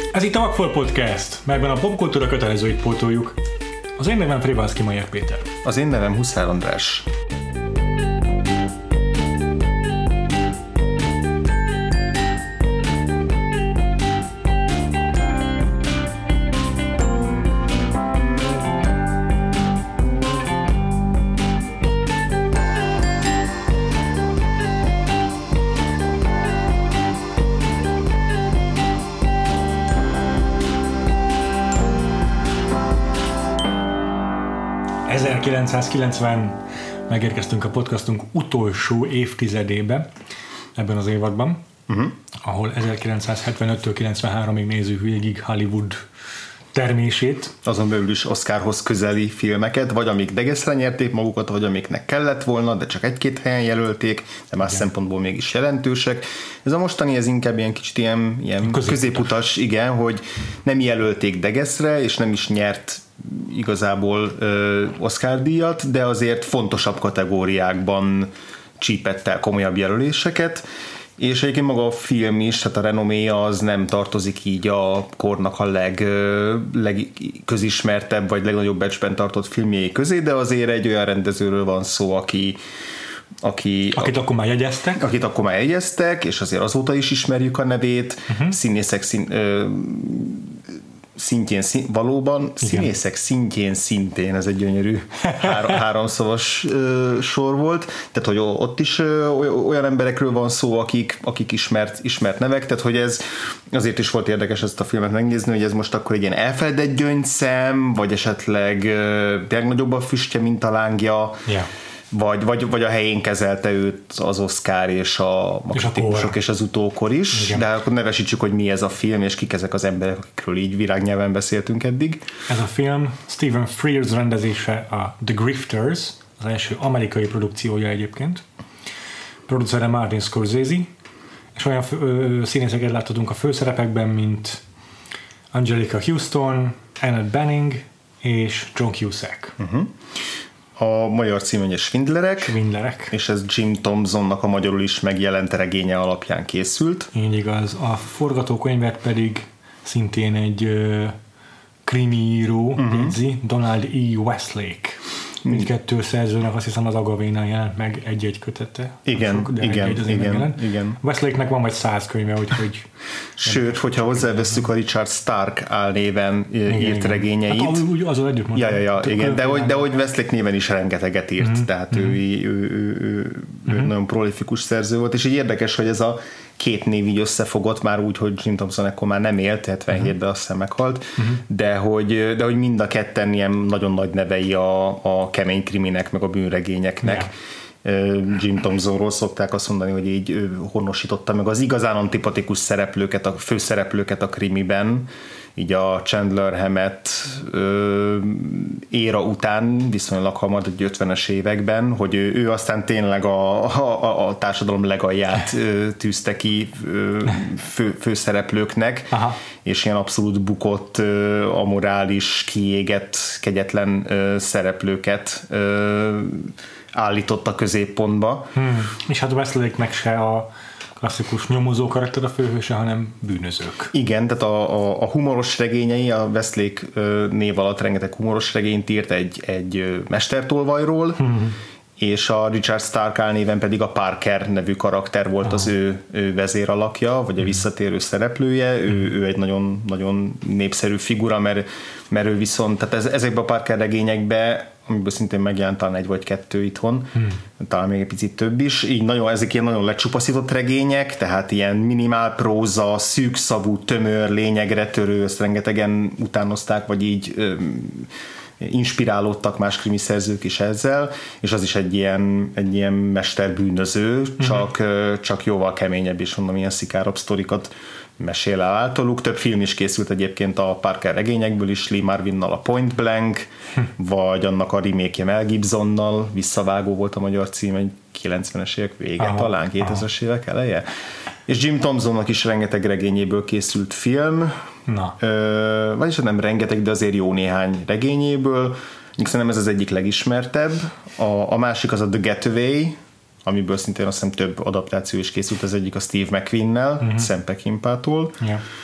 Ez itt a Vagfolt Podcast, melyben a popkultúra kötelezőit pótoljuk. Az én nevem Frivalszky Mayer Péter. Az én nevem Huszár András. Megérkeztünk a podcastunk utolsó évtizedébe ebben az évadban, ahol 1975-től 93-ig nézzük végig Hollywood termését. Azon belül is Oscarhoz közeli filmeket, vagy amik degeszre nyerték magukat, vagy amiknek kellett volna, de csak egy-két helyen jelölték, de más szempontból mégis jelentősek. Ez a mostani, ez inkább ilyen kicsit ilyen középutas, igen, hogy nem jelölték degeszre, és nem is nyert igazából Oscar-díjat, de azért fontosabb kategóriákban csípett el komolyabb jelöléseket, és egyébként maga a film is, tehát a renoméja az nem tartozik így a kornak a legközismertebb vagy legnagyobb becsben tartott filmjei közé, de azért egy olyan rendezőről van szó, akit akkor már jegyeztek. Akit akkor már jegyeztek, és azért azóta is ismerjük a nevét, színészek szintjén valóban, színészek szintjén szintén, ez egy gyönyörű háromszavas sor volt, tehát hogy ott is olyan emberekről van szó, akik ismert nevek, tehát hogy ez azért is volt érdekes ezt a filmet megnézni, hogy ez most akkor egy ilyen elfeledett gyöngyszem, vagy esetleg tényleg nagyobb a füstje, mint a lángja, vagy a helyén kezelte őt az Oscar és a kritikusok és az utókor is. Igen. De akkor nevesítsük, hogy mi ez a film, és kik ezek az emberek, akikről így virágnyelven beszéltünk eddig. Ez a film Stephen Frears rendezése, a The Grifters, az első amerikai produkciója egyébként. Producere Martin Scorsese, és olyan színészeket láthatunk a főszerepekben, mint Anjelica Huston, Annette Bening és John Cusack. A magyar cím ugye Svindlerek, és ez Jim Thompsonnak a magyarul is megjelent regénye alapján készült. Így igaz, a forgatókönyvet pedig szintén egy krimiíró jegyzi, Donald E. Westlake. Mindkettő szerzőnek azt hiszem az Agavénál jelent meg egy-egy kötete. Igen. Westlake-nek van vagy 100 könyve, úgyhogy... Sőt, hogyha hozzávesszük a Richard Stark álnéven írt regényeit. Hát, úgy azon együtt mondtam. Igen, de hogy Westlake néven is rengeteget írt, tehát ő nagyon prolifikus szerző volt, és így érdekes, hogy ez a két név így összefogott már úgy, hogy Jim Thompson ekkor már nem élt, 77-ben azt hiszem meghalt, de hogy mind a ketten ilyen nagyon nagy nevei a kemény kriminek, meg a bűnregényeknek. Jim Thompsonról szokták azt mondani, hogy így honosította meg az igazán antipatikus szereplőket, a főszereplőket a krimiben, így a Chandler Hammett éra után, viszonylag hamar, egy 50-es években, hogy ő aztán tényleg a társadalom legalját tűzte ki főszereplőknek, és ilyen abszolút bukott, amorális, kiégett, kegyetlen szereplőket állított a középpontba. És hát Westlake-nek se a klasszikus nyomozó karakter a főhőse, hanem bűnözők. Igen, tehát a humoros regényei, a Westlake név alatt rengeteg humoros regényt írt egy mestertolvajról, és a Richard Stark álnéven pedig a Parker nevű karakter volt az ő vezéralakja, vagy a visszatérő szereplője. Ő egy nagyon, nagyon népszerű figura, mert ő viszont, tehát ezekben a Parker regényekben, amiből szintén megjelent talán egy vagy kettő itthon, talán még egy picit több is, így ezek ilyen nagyon lecsupaszított regények, tehát ilyen minimál próza, szűkszavú, tömör, lényegre törő, ezt rengetegen utánozták, vagy így inspirálódtak más krimi szerzők is ezzel, és az is egy ilyen mesterbűnöző, csak jóval keményebb, és mondom, ilyen szikárabb sztorikat mesél el általuk. Több film is készült egyébként a Parker regényekből is, Lee Marvinnal a Point Blank, vagy annak a remake-je Mel Gibsonnal, Visszavágó volt a magyar cím, egy 90-es évek vége, talán 2000-es évek eleje. És Jim Thompsonnak is rengeteg regényéből készült film, vagyis nem rengeteg, de azért jó néhány regényéből. Szerintem ez az egyik legismertebb. A másik az a The Getaway, amiből szintén azt hiszem több adaptáció is készült, az egyik a Steve McQueen-nel, Sam Peckinpah-tól.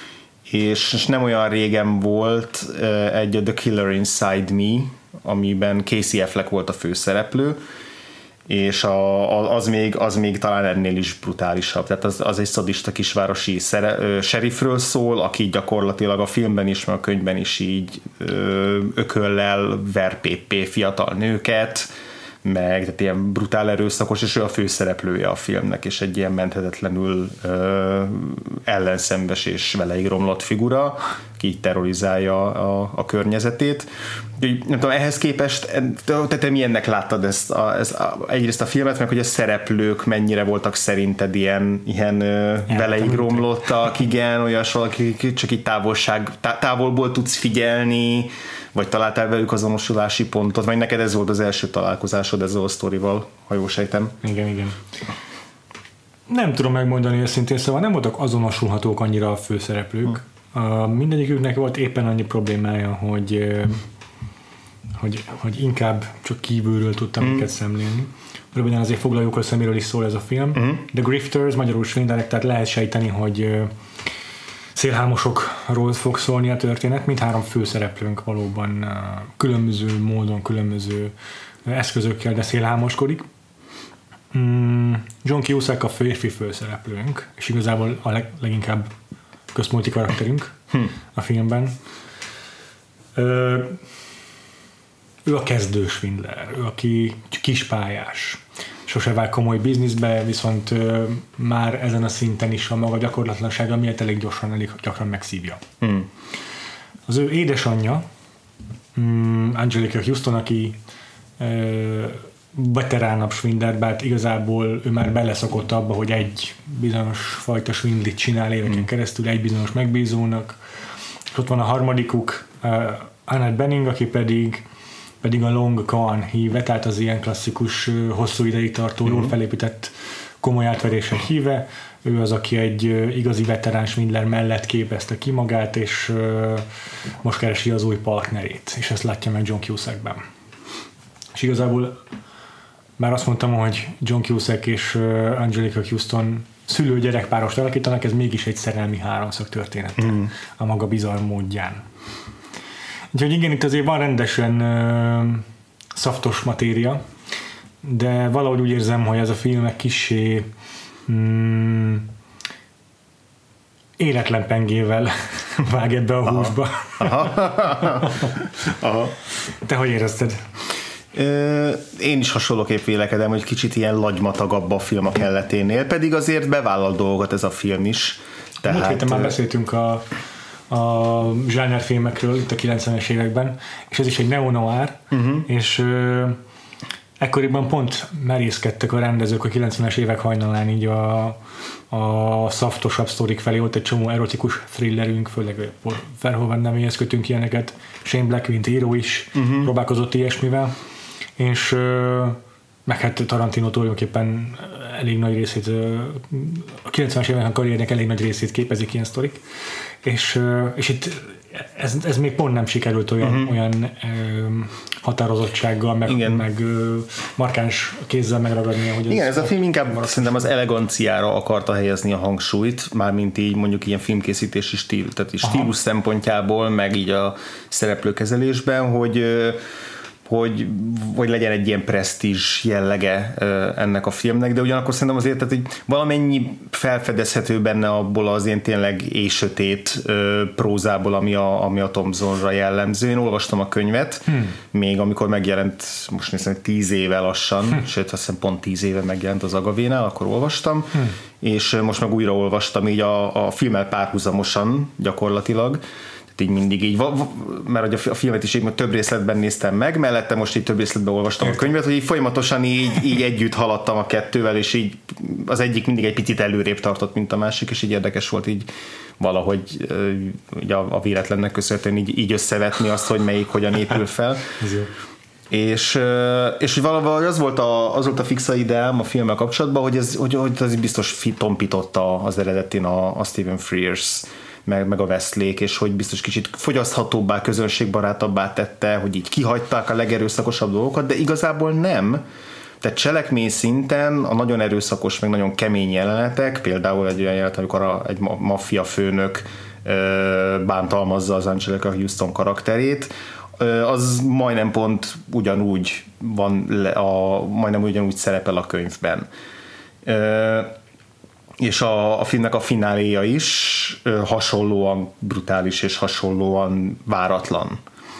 és nem olyan régen volt egy The Killer Inside Me, amiben Casey Affleck volt a főszereplő, és az még talán ennél is brutálisabb. Tehát az egy szadista kisvárosi sheriffről szól, aki gyakorlatilag a filmben is, meg a könyvben is így ököllel ver fiatal nőket, meg tehát ilyen brutál erőszakos, és ő a főszereplője a filmnek, és egy ilyen menthetetlenül ellenszembes és veleig romlott figura, aki így terrorizálja a környezetét. Nem tudom, ehhez képest, te milyennek láttad egyrészt a filmet, meg hogy a szereplők mennyire voltak szerinted ilyen veleig romlottak, igen, olyas valaki, csak így távolból tudsz figyelni, vagy találtál velük azonosulási pontot, vagy neked ez volt az első találkozásod ezzel a sztorival, ha jól sejtem. Igen. Nem tudom megmondani őszintén, szóval nem voltak azonosulhatók annyira a főszereplők. Mindegyiküknek volt éppen annyi problémája, hogy inkább csak kívülről tudtam őket szemlélni. Röviden azért foglaljuk össze, miről is szól ez a film. The Grifters, magyarul svindlerek, tehát lehet sejteni, hogy szélhámosokról fog szólni a történet. Mindhárom főszereplőnk valóban különböző módon, különböző eszközökkel, de szélhámoskodik. John Cusack a férfi főszereplőnk, és igazából a leginkább központi karakterünk a filmben. Ő a kezdő svindler, ő aki kispályás. Sose vág komoly bizniszbe, viszont már ezen a szinten is a maga gyakorlatlansága miatt elég gyakran megszívja. Az ő édesanyja, Anjelica Huston, aki veteránabb svindler, bár igazából ő már beleszokott abba, hogy egy bizonyos fajta svindlit csinál éveken keresztül, egy bizonyos megbízónak. És ott van a harmadikuk, Annette Bening, aki pedig a long con híve, tehát az ilyen klasszikus, hosszú ideig tartó, jól felépített komoly átverések híve. Ő az, aki egy igazi veterán svindler mellett képezte ki magát, és most keresi az új partnerét, és ezt látja meg John Cusackben. És igazából már azt mondtam, hogy John Cusack és Anjelica Huston szülő-gyerekpárost alakítanak, ez mégis egy szerelmi háromszög történet a maga bizarr módján. Úgyhogy igen, itt azért van rendesen szaftos matéria, de valahogy úgy érzem, hogy ez a film egy kissé életlen pengével vág ebbe a húsba. Aha. Te hogy érezted? Én is hasonlóképp vélekedem, hogy kicsit ilyen lagymatagabb a film a kelleténél, pedig azért bevállal dolgokat ez a film is. Múlt héten már beszéltünk a zsánerfilmekről itt a 90-es években, és ez is egy neo-noir, és ekkoriban pont merészkedtek a rendezők a 90-es évek hajnalán így a szaftosabb sztorik felé, ott egy csomó erotikus thrillerünk, főleg Verhoeven nevéhez kötünk ilyeneket, Shane Black, mint író is próbálkozott ilyesmivel, és meg hát Tarantino tulajdonképpen elég nagy részét, a 90-es évek karriernek elég nagy részét képezik ilyen sztorik, és itt ez még pont nem sikerült olyan határozottsággal, meg markáns kézzel megragadni. Hogy igen, ez a film inkább szerintem az eleganciára akarta helyezni a hangsúlyt, mármint így mondjuk ilyen filmkészítési stílus szempontjából, meg így a szereplőkezelésben, hogy legyen egy ilyen presztízs jellege ennek a filmnek, de ugyanakkor szerintem azért, tehát, hogy valamennyi felfedezhető benne abból az ilyen tényleg éjsötét prózából, ami a Thompsonra jellemző. Én olvastam a könyvet, még amikor megjelent, most nézem, 10 éve lassan, sőt, azt hiszem pont 10 éve megjelent az Agavénál, akkor olvastam, és most meg újra olvastam így a filmmel párhuzamosan gyakorlatilag, így mindig így, mert a filmet is így több részletben néztem meg, mellette most így több részletben olvastam a könyvet, hogy így folyamatosan így együtt haladtam a kettővel, és így az egyik mindig egy picit előrébb tartott, mint a másik, és így érdekes volt így valahogy a véletlennek köszönhetően így összevetni azt, hogy melyik hogyan épül fel. És hogy valahogy az volt a fixa ideám a filmmel kapcsolatban, hogy ez biztos tompította az eredetén a Stephen Frears meg a Westlake, és hogy biztos kicsit fogyaszthatóbbá, közönségbarátabbá tette, hogy így kihagyták a legerőszakosabb dolgokat, de igazából nem. Tehát cselekmény szinten a nagyon erőszakos, meg nagyon kemény jelenetek, például egy olyan jelenet, amikor egy maffia főnök bántalmazza az Angelica Houston karakterét, az majdnem pont ugyanúgy majdnem ugyanúgy szerepel a könyvben. És a filmnek a fináléja is hasonlóan brutális és hasonlóan váratlan.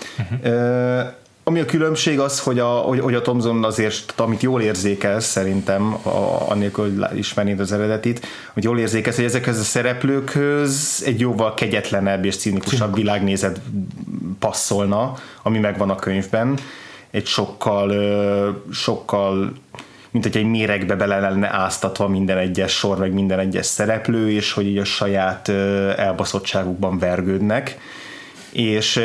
Ami a különbség az, hogy a Thompson azért, amit jól érzékelsz szerintem, annélkül, hogy ismernéd az eredetit, hogy jól érzékelsz, hogy ezekhez a szereplőkhöz egy jóval kegyetlenebb és cinikusabb világnézet passzolna, ami megvan a könyvben. Egy sokkal mint hogy egy méregbe bele lenne áztatva minden egyes sor, meg minden egyes szereplő, és hogy így a saját elbaszottságukban vergődnek. És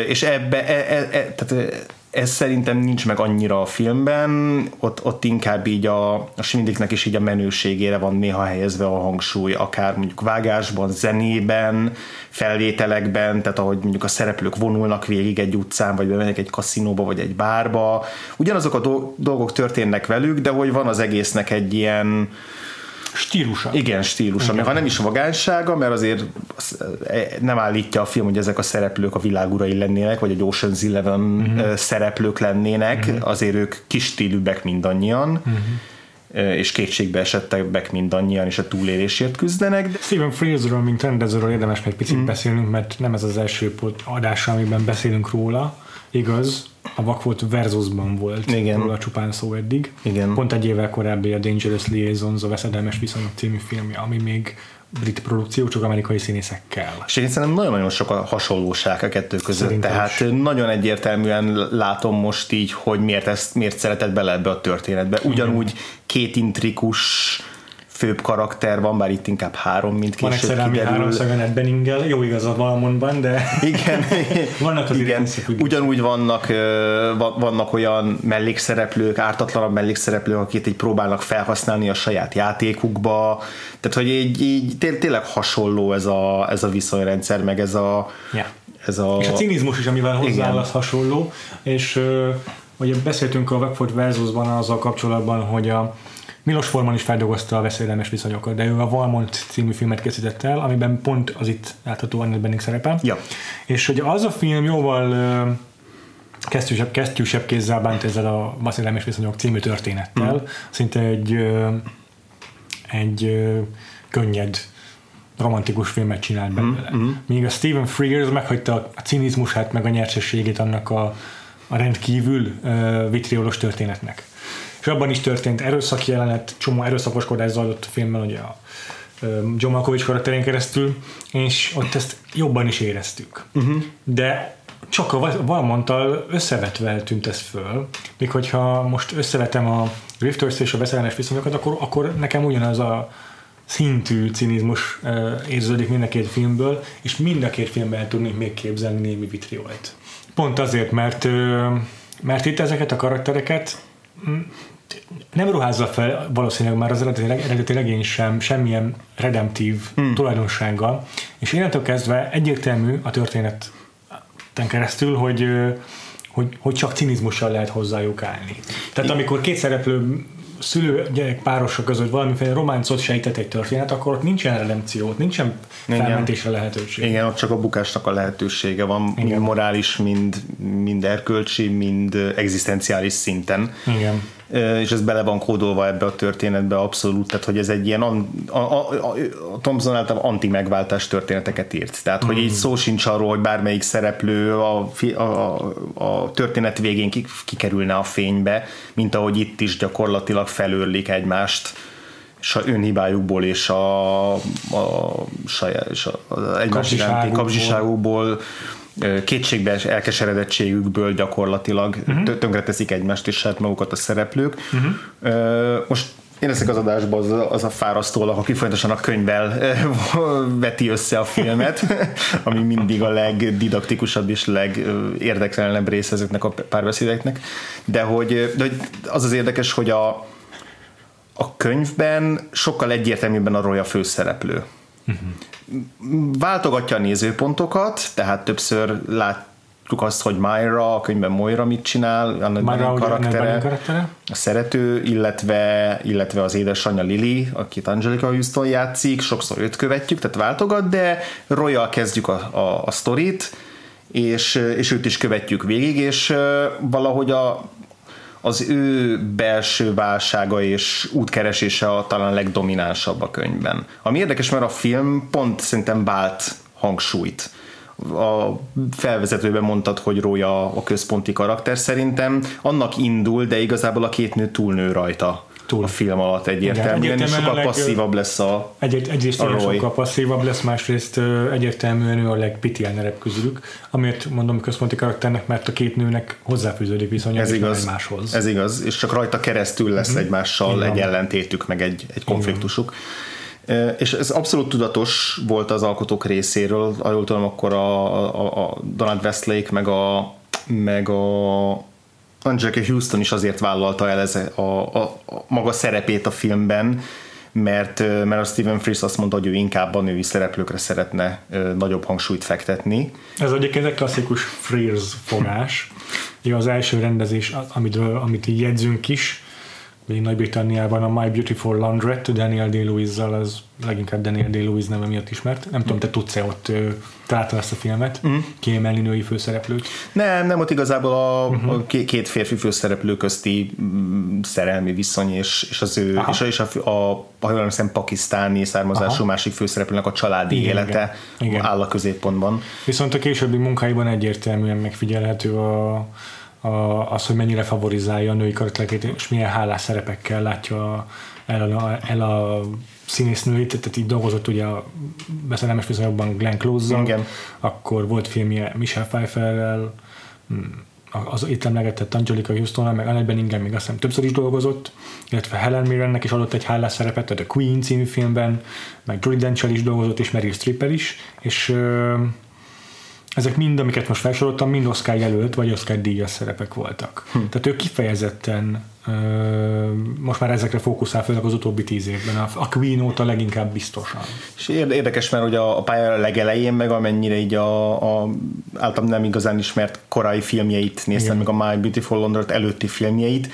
tehát ez szerintem nincs meg annyira a filmben, ott inkább így a Schmidtnek is így a menőségére van néha helyezve a hangsúly, akár mondjuk vágásban, zenében, felvételekben, tehát ahogy mondjuk a szereplők vonulnak végig egy utcán, vagy bemennek egy kaszinóba, vagy egy bárba. Ugyanazok a dolgok történnek velük, de hogy van az egésznek egy ilyen stílusa. Igen, stílusa. Még ha nem is vagánysága, mert azért nem állítja a film, hogy ezek a szereplők a világ urai lennének, vagy egy Ocean's Eleven szereplők lennének, azért ők kis stílűbbek mindannyian, és kétségbe esettebbek mindannyian, és a túlélésért küzdenek. Stephen Frearsről, mint rendezőről érdemes még picit beszélnünk, mert nem ez az első adás, amiben beszélünk róla. Igaz, a Vakfolt Versusban volt róla csupán szó eddig. Igen. Pont egy évvel korábbi a Dangerous Liaisons, a Veszedelmes viszonyok című filmje, ami még brit produkció, csak amerikai színészekkel. És én szerintem nagyon-nagyon sok a hasonlóság a kettő között. Szerintem tehát is. Nagyon egyértelműen látom most így, hogy miért szeretett bele ebbe a történetbe. Ugyanúgy két intrikus főbb karakter van, bár itt inkább három, mint később kiderül. Van egy szerelmi háromszög a Ned Benninggel, jó igazad Valmondban, de igen, vannak azért igen. Ugyanúgy vannak olyan mellékszereplők, ártatlanabb mellékszereplők, akik így próbálnak felhasználni a saját játékukba, tehát hogy így tényleg hasonló ez a viszonyrendszer, meg ez a... És a cinizmus is, amivel hozzááll, az hasonló, és ugye beszéltünk a Vakfolt Versusban azzal kapcsolatban, hogy a Milos Forman is feldolgozta a Veszedelmes viszonyokat, de ő a Valmont című filmet készített el, amiben pont az itt látható Annette Bening szerepel. Ja. És hogy az a film jóval kesztyűsebb kézzel bánt ezzel a Veszedelmes viszonyok című történettel. Szinte egy könnyed, romantikus filmet csinált belőle. Míg a Stephen Frears meghagyta a cinizmusát, meg a nyersességét annak a rendkívül vitriolos történetnek. És abban is történt erőszakjelenet, csomó erőszakoskodás zajlott a filmben, ugye a John Malkovich karakterén keresztül, és ott ezt jobban is éreztük. De csak a Valmonttal összevetve tűnt ez föl, míg hogyha most összevetem a Grifters és a Veszedelmes viszonyokat, akkor nekem ugyanaz a szintű cinizmus érződik mind a két filmből, és mind a két filmben el tudnék még képzelni némi vitriolt. Pont azért, mert itt ezeket a karaktereket nem ruházza fel valószínűleg már az eredeti regény sem semmilyen redemptív tulajdonsággal, és innentől kezdve egyértelmű a történeten keresztül, hogy csak cinizmussal lehet hozzájuk állni. Tehát amikor két szereplő szülő-gyerek párosok között valamiféle románcot sejtett egy történet, akkor ott nincsen redempció, nincsen felmentésre lehetőség. Igen, ott csak a bukásnak a lehetősége van, mind morális, mind erkölcsi, mind egzisztenciális szinten. Igen. És ez bele van kódolva ebbe a történetbe abszolút, tehát hogy ez egy ilyen a Thompson által anti-megváltás történeteket írt. Tehát, hogy így szó sincs arról, hogy bármelyik szereplő a történet végén kikerülne a fénybe, mint ahogy itt is gyakorlatilag felőrlik egymást és önhibájukból és egymás iránti kapzsiságukból, kétségbe elkeseredettségükből gyakorlatilag tönkreteszik egymást és saját magukat a szereplők. Most én leszek az adásban az a fárasztó alak, aki folyamatosan a könyvvel veti össze a filmet, ami mindig a legdidaktikusabb és legérdektelenebb része ezeknek a párbeszédeknek. De hogy az az érdekes, hogy a könyvben sokkal egyértelműbben a Roy a főszereplő. Váltogatja a nézőpontokat, tehát többször látjuk azt, hogy Myra, a könyvben Moira mit csinál, Annette karaktere, a szerető, illetve az édesanyja Lily, akit Anjelica Huston játszik, sokszor őt követjük, tehát váltogat, de Roy-jal kezdjük a sztorit, és őt is követjük végig, és valahogy az ő belső válsága és útkeresése talán legdominánsabb a könyvben. Ami érdekes, mert a film pont szerintem vált hangsúlyt. A felvezetőben mondtad, hogy Roy a központi karakter, szerintem annak indul, de igazából a két nő túlnő rajta a film alatt egyértelműen, és sokkal passzívabb lesz egyrészt sokkal passzívabb lesz, másrészt egyértelműen ő a legpitiánerebb közülük, amit mondom központi karakternek, mert a két nőnek hozzáfűződik viszonya egymáshoz. Ez igaz, és csak rajta keresztül lesz egymással egy ellentétük, meg egy konfliktusuk. És ez abszolút tudatos volt az alkotók részéről, jól tudom, akkor a Donald Westlake meg a Anjelica Huston is azért vállalta el a maga szerepét a filmben, mert a Stephen Frears azt mondta, hogy ő inkább a női szereplőkre szeretne nagyobb hangsúlyt fektetni. Ez egyébként egy klasszikus Frears fogás. Az első rendezés, amit így jegyzünk is, még Nagy-Britanniában a My Beautiful Laundrette Daniel Day-Lewis-zal, az leginkább Daniel Day-Lewis neve miatt ismert. Nem tudom, te tudsz-e ott találta ezt a filmet, kiemelni női főszereplőt? Nem, ott igazából a két férfi főszereplő közti szerelmi viszony, és az ő, és ha jól emlékszem, pakisztáni származású másik főszereplőnek a családi élete áll a középpontban. Viszont a későbbi munkáiban egyértelműen megfigyelhető az, hogy mennyire favorizálja a női karaktereket, és milyen hálás szerepekkel látja el a színésznőit, tehát így dolgozott ugye a Beszerelmes viszonyokban Glenn Close-zal, akkor volt filmje Michelle Pfeifferrel, az itt emlegetett Anjelica Hustonnal, meg Annette Beningen még azt hiszem többször is dolgozott, illetve Helen Mirrennek is adott egy hálás szerepet, tehát a Queen című filmben, meg Judi Dench-el is dolgozott, és Meryl Streep-el is, és ezek mind, amiket most felsoroltam, mind Oscar jelölt, vagy Oscar díjas szerepek voltak. Tehát ő kifejezetten most már ezekre fókuszál, főleg az utóbbi 10 évben. A Queen óta leginkább biztosan. És érdekes, mert hogy a pálya legelején, meg amennyire így általában nem igazán ismert korai filmjeit néztem, meg a My Beautiful Laundrette előtti filmjeit,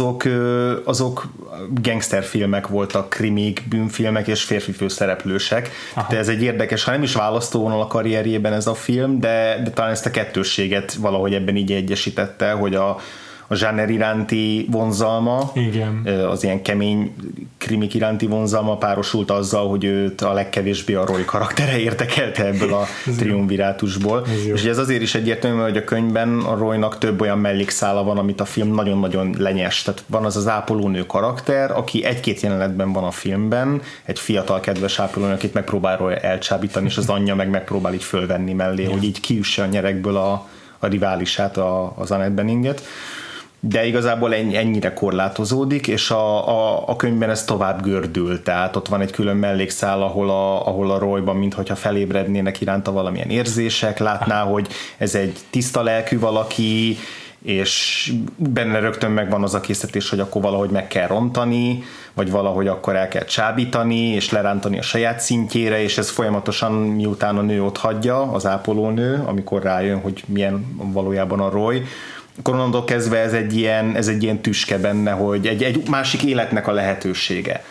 azok gangsterfilmek voltak, krimik, bűnfilmek és férfi főszereplősek. De ez egy érdekes, ha nem is választóvonal a karrierjében ez a film, de talán ezt a kettősséget valahogy ebben így egyesítette, hogy a zsáner iránti vonzalma, az ilyen kemény krimik iránti vonzalma párosult azzal, hogy őt a legkevésbé a Roy karaktere érdekelte ebből a triumvirátusból. És ez azért is egyértelmű, hogy a könyvben a Roynak több olyan mellékszála van, amit a film nagyon-nagyon lenyes. Tehát van az ápolónő karakter, aki egy-két jelenetben van a filmben, egy fiatal kedves ápolónő, akit megpróbál Roy elcsábítani, és az anyja megpróbál így fölvenni mellé, hogy így kiüsse a nyerekből a riválisát, az Annette Beninget. De igazából ennyire korlátozódik, és a könyvben ez tovább gördül, tehát ott van egy külön mellékszál, ahol a Royban minthogyha felébrednének iránta valamilyen érzések, látná, hogy ez egy tiszta lelkű valaki, és benne rögtön megvan az a készítés, hogy akkor valahogy meg kell rontani, vagy valahogy akkor el kell csábítani, és lerántani a saját szintjére, és ez folyamatosan miután a nő ott hagyja, az ápolónő, amikor rájön, hogy milyen valójában a Roy, akkor onnantól kezdve ez egy ilyen tüske benne, hogy egy másik életnek a lehetősége.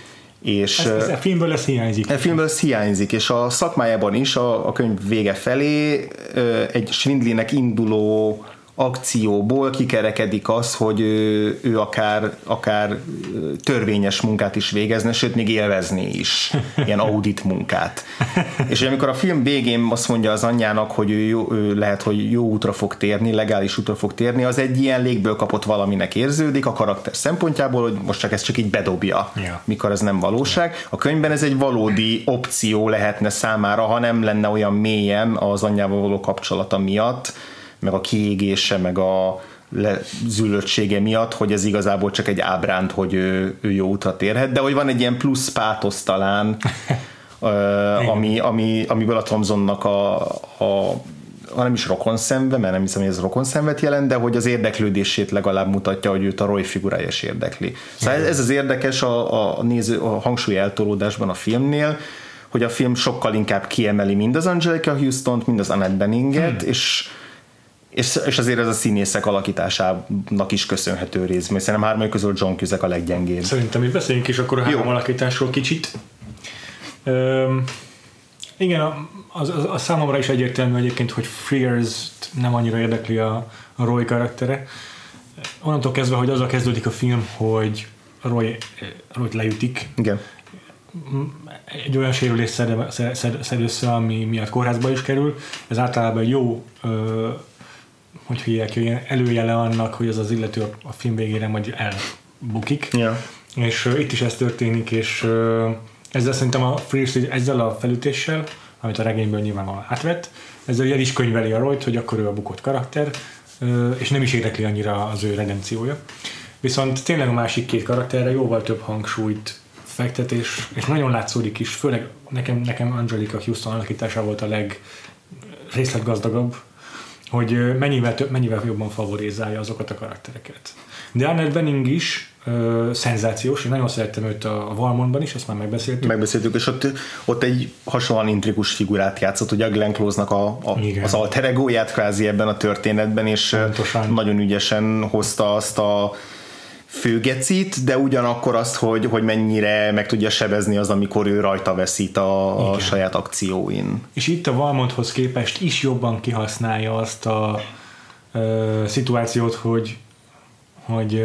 És a filmből ez hiányzik. A filmből ez hiányzik, és a szakmájában is a könyv vége felé egy Swindlinek induló akcióból kikerekedik az, hogy ő akár törvényes munkát is végezne, sőt még élvezné is, ilyen audit munkát. És amikor a film végén azt mondja az anyjának, hogy ő lehet, hogy jó útra fog térni, legális útra fog térni, az egy ilyen légből kapott valaminek érződik a karakter szempontjából, hogy most csak ezt csak így bedobja, mikor ez nem valóság. A könyvben ez egy valódi opció lehetne számára, ha nem lenne olyan mélyen az anyjával való kapcsolata miatt, meg a kiégése, meg a lezüllöttsége miatt, hogy ez igazából csak egy ábránd, hogy ő jó útra térhet, de hogy van egy ilyen plusz pátosz talán, amiből a Thompsonnak nem is rokonszenve, mert nem hiszem, hogy ez rokonszenvet jelent, de hogy az érdeklődését legalább mutatja, hogy őt a Roy figurája is érdekli. Szóval ez az érdekes a hangsúly eltolódásban a filmnél, hogy a film sokkal inkább kiemeli mind az Anjelica Hustont, mind az Annette Beninget, és és azért ez a színészek alakításának is köszönhető részben, hiszen nem hármai közül John Cusack a leggyengébb. Szerintem is beszéljünk is akkor a három alakításról kicsit. Igen, a számomra is egyértelmű egyébként, hogy Frears-t nem annyira érdekli a Roy karaktere. Onnantól kezdve, hogy azzal kezdődik a film, hogy Royt leütik. Igen. Egy olyan sérülés szed össze, ami miatt kórházba is kerül. Ez általában jó hogy hívják, ilyen előjele annak, hogy az az illető a film végére majd elbukik. Yeah. És itt is ez történik, és ezzel szerintem a Frears ezzel a felütéssel, amit a regényből nyilvánvalóan átvett, ezzel el is könyveli a Royt, hogy akkor ő a bukott karakter, és nem is érdekli annyira az ő redempciója. Viszont tényleg a másik két karakterre jóval több hangsúlyt fektet, és nagyon látszódik is, főleg nekem Anjelica Huston alakítása volt a legrészletgazdagabb, hogy mennyivel jobban favorizálja azokat a karaktereket. De Annette Bening is szenzációs, én nagyon szerettem őt a Valmontban is, azt már megbeszéltük. És ott egy hasonlóan intrikus figurát játszott, ugye a Glenn Close-nak az alter egóját kvázi ebben a történetben, és pontosan. Nagyon ügyesen hozta azt a főgecit, de ugyanakkor azt, hogy mennyire meg tudja sebezni az, amikor ő rajta veszít a saját akcióin. És itt a Valmonthoz képest is jobban kihasználja azt a szituációt, hogy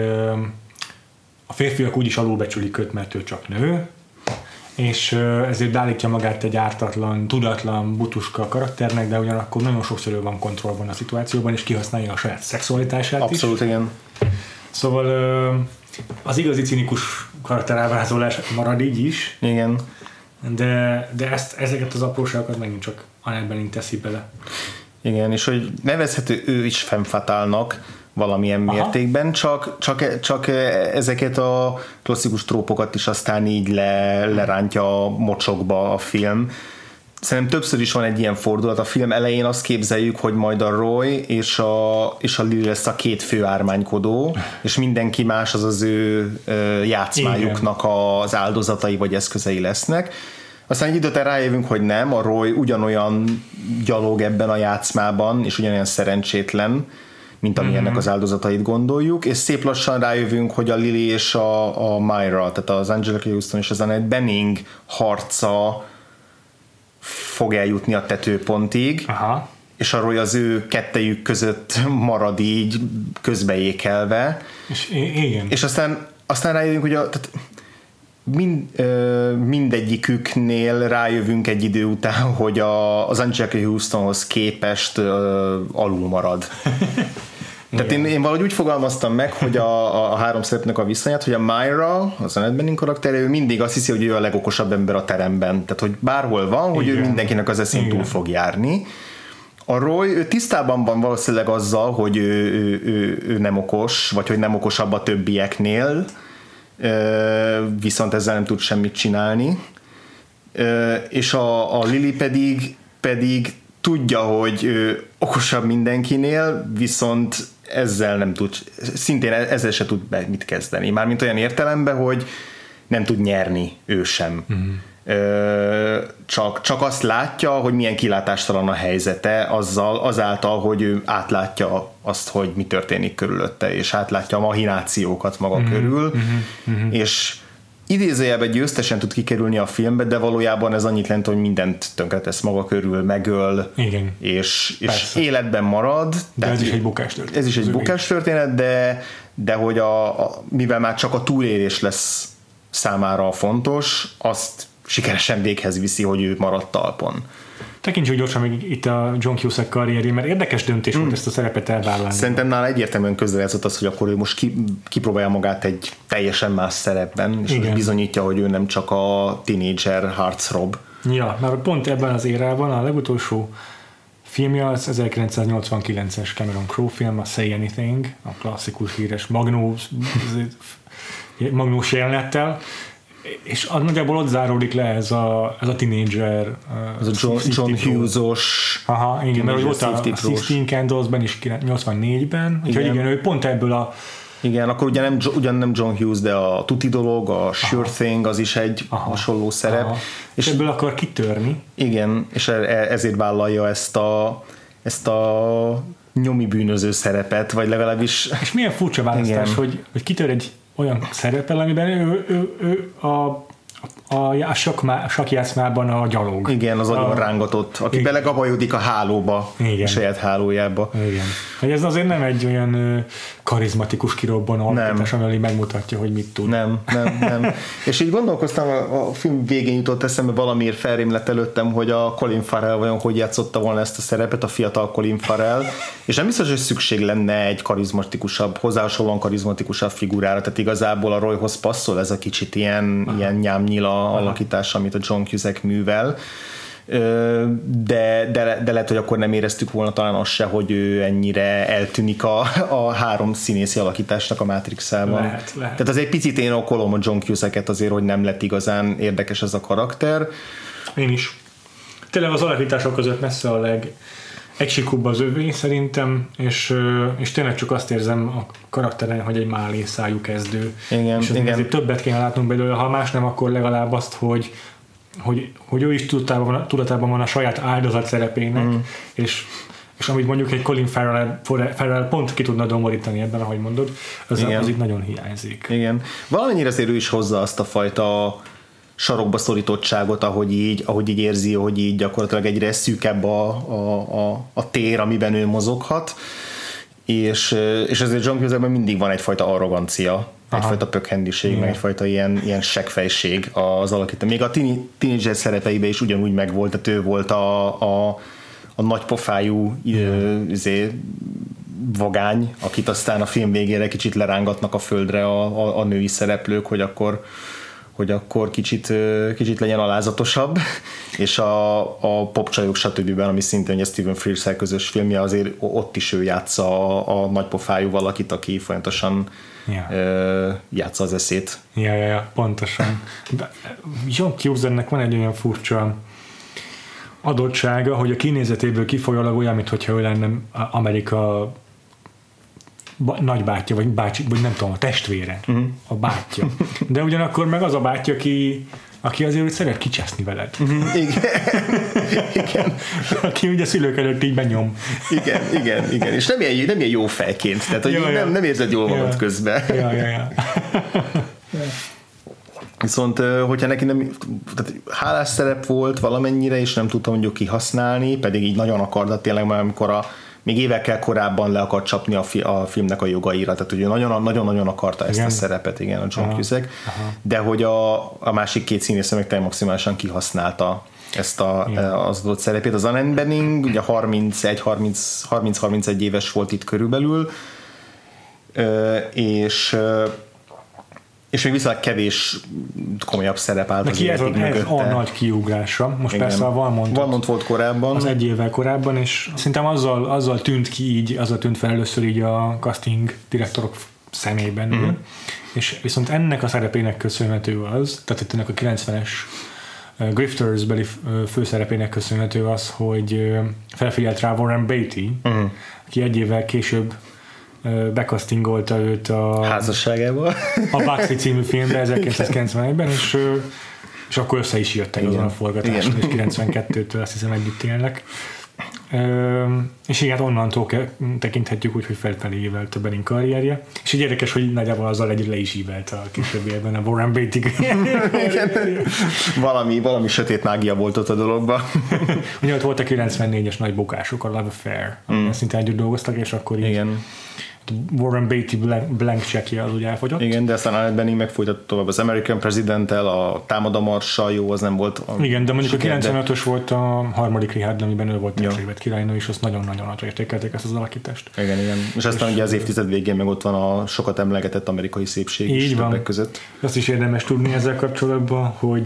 a férfiak úgyis alulbecsülik őt, mert ő csak nő, és ezért beállítja magát egy ártatlan, tudatlan, butuska karakternek, de ugyanakkor nagyon sokszor ő van kontrollban a szituációban, és kihasználja a saját szexualitását. Abszolút, igen. Szóval az igazi cinikus karakterábrázolás marad így is. Igen. De ezeket az apróságokat megint csak Annette Bening teszi bele. Igen, és hogy nevezhető ő is femme fatale-nak valamilyen mértékben, csak ezeket a klasszikus trópokat is aztán így lerántja a mocsokba a film. Szerintem többször is van egy ilyen fordulat. A film elején azt képzeljük, hogy majd a Roy és a Lily lesz a két fő ármánykodó, és mindenki más az ő játszmájuknak az áldozatai vagy eszközei lesznek. Aztán egy időt rájövünk, hogy nem, a Roy ugyanolyan gyalog ebben a játszmában, és ugyanolyan szerencsétlen, mint amilyennek az áldozatait gondoljuk, és szép lassan rájövünk, hogy a Lily és a Myra, tehát az Anjelica Huston és az Annette Bening harca fog eljutni a tetőpontig, és a Roy az ő kettejük között marad így közbeékelve. És aztán rájövünk, hogy mindegyiküknél rájövünk egy idő után, hogy az Anjelica Hustonhoz képest alul marad. Tehát én valahogy úgy fogalmaztam meg, hogy a három szereplőnek a viszonyát, hogy a Myra, az Annette Bening karaktere, ő mindig azt hiszi, hogy ő a legokosabb ember a teremben. Tehát, hogy bárhol van, hogy ő mindenkinek az eszén túl fog járni. A Roy, ő tisztában van valószínűleg azzal, hogy ő nem okos, vagy hogy nem okosabb a többieknél, viszont ezzel nem tud semmit csinálni. És a Lily pedig tudja, hogy ő okosabb mindenkinél, viszont ezzel nem tud, szintén ezzel se tud mit kezdeni. Mármint olyan értelemben, hogy nem tud nyerni ő sem. Csak azt látja, hogy milyen kilátástalan a helyzete azáltal, hogy ő átlátja azt, hogy mi történik körülötte, és átlátja a mahinációkat maga körül, és idézőjelben győztesen tud kikerülni a filmbe, de valójában ez annyit jelent, hogy mindent tönkretesz maga körül, megöl, és életben marad. De ez is egy bukástörténet. Ez is egy bukástörténet, de hogy mivel már csak a túlélés lesz számára fontos, azt sikeresen véghez viszi, hogy ő maradt talpon. Tekintsük gyorsan még itt a John Cusack karrierjén, mert érdekes döntés volt ezt a szerepet elvállalni. Szerintem nála egyértelműen közrejátszott az, hogy akkor ő most kipróbálja magát egy teljesen más szerepben, és bizonyítja, hogy ő nem csak a teenager heartthrob. Ja, mert pont ebben az érában a legutolsó filmje az 1989-es Cameron Crowe film, a Say Anything, a klasszikus híres magnós jelenettel, és nagyjából ott záródik le ez a teenager, ez a John Hughes-os, igen, mert ott a 16 Candles-ben is 84-ben, úgyhogy igen, ő pont ebből a... Igen, akkor ugyan nem John Hughes, de a Tuti dolog, a Sure Thing, az is egy hasonló szerep. És ebből akar kitörni. Igen, és ezért vállalja ezt a nyomi bűnöző szerepet, vagy legalábbis... És milyen furcsa választás, hogy kitör egy olyan szerepel, amiben ő a sakkjátszmában a gyalog. Igen, az agyon rángatott, aki belegabajodik a hálóba, igen. A saját hálójába. Igen. Hogy ez azért nem egy olyan karizmatikus kirobbanó alkotás, ami megmutatja, hogy mit tud. Nem. És így gondolkoztam, a film végén jutott eszembe, valamiért felrém lett előttem, hogy a Colin Farrell vajon hogy játszotta volna ezt a szerepet, a fiatal Colin Farrell, és nem biztos, hogy szükség lenne egy karizmatikusabb, hozzáhasonlóan karizmatikusabb figurára, tehát igazából a Royhoz passzol ez a kicsit ilyen nyámnyila alakítás, amit a John Cusack művel, de lehet, hogy akkor nem éreztük volna talán azt se, hogy ő ennyire eltűnik a három színészi alakításnak a Matrixában. Lehet. Tehát az egy picit én okolom a John Cusacket azért, hogy nem lett igazán érdekes ez a karakter. Én is. Tényleg az alakítások között messze a egysikúbb az övé szerintem, és tényleg csak azt érzem a karakteren, hogy egy málészájú kezdő. Igen, és ezért többet kéne látnunk belőle, ha más nem, akkor legalább azt, hogy ő is tudatában van a saját áldozat szerepének, és amit mondjuk egy Colin Farrell pont ki tudna domborítani ebben, ahogy mondod, az itt nagyon hiányzik. Igen. Valamennyire azért ő is hozza azt a fajta sarokba szorítottságot, ahogy így érzi, hogy így gyakorlatilag egyre szűkebb a tér, amiben ő mozoghat, és azért John Cusackben mindig van egyfajta arrogancia, egyfajta pökhendiség, meg egyfajta ilyen seggfejség az alakítás. Még a tínédzser szerepeiben is ugyanúgy megvolt, tehát ő volt a nagypofájú vagány, akit aztán a film végére kicsit lerángatnak a földre a női szereplők, hogy akkor kicsit legyen alázatosabb, és a popcsajok stb. Ami szintén ugye Stephen Frears-szel közös filmje, azért ott is ő játsza a nagypofájú valakit, aki folyamatosan játsza az eszét. Ja, pontosan. John Cusacknek van egy olyan furcsa adottsága, hogy a kinézetéből kifolyólag olyan, mintha ő lenne Amerika nagybátyja, vagy bácsi, vagy nem tudom, a testvére, a bátyja. De ugyanakkor meg az a bátyja, aki azért szeret kicseszni veled. Igen. Aki ugye szülők előtt így benyom. Igen. És nem ilyen jó fejként, tehát hogy nem érzed jól magad közben. Ja. Viszont, hogyha neki nem, tehát hálás szerep volt valamennyire, és nem tudta mondjuk kihasználni, pedig így nagyon akarta tényleg, mert amikor még évekkel korábban le akart csapni a filmnek a jogaira, tehát ugye nagyon-nagyon akarta ezt a szerepet, igen, a John Cusack, de hogy a másik két színész meg tényleg maximálisan kihasználta ezt az adott szerepét. Az Annette Bening ugye 30-31 éves volt itt körülbelül, és még viszonylag kevés komolyabb szerep állt az életig mögötte. A nagy kiugrásra. Most igen. Persze a Valmont volt korábban. Az egy évvel korábban, és szerintem azzal tűnt ki így, azzal tűnt fel először így a casting direktorok szemében. És viszont ennek a szerepének köszönhető az, tehát itt ennek a 90-es Grifters beli főszerepének köszönhető az, hogy felfigyelt rá Warren Beatty, aki egy évvel később bekasztingolta őt a házasságával a Bugsy című filmbe 1991-ben, és akkor össze is jöttek azon a forgatáson, és 92-től azt hiszem együtt élnek. És igen, onnantól tekinthetjük úgy, hogy felfelé ívelt a Bening karrierje. És így érdekes, hogy nagyjából azzal együtt le is ívelt a későbbiekben a Warren Beatty. valami sötét mágia volt ott a dologban. Ugye ott volt a 94-es nagy bukások, a Love Affair, szinte együtt dolgoztak, és akkor így Warren Beatty blank checkje az ugye elfogyott. Igen, de aztán Annette Bening megfolytatta tovább az American President-tel, a Támad a Marssal, jó, az nem volt. Igen, de mondjuk a 95-ös volt a harmadik Richard, amiben ő volt Tességbet királynő, és azt nagyon-nagyon nagyra értékelték ezt az alakítást. Igen. És aztán ugye az évtized végén meg ott van a sokat emlegetett amerikai szépség is többek között. Azt is érdemes tudni ezzel kapcsolatban,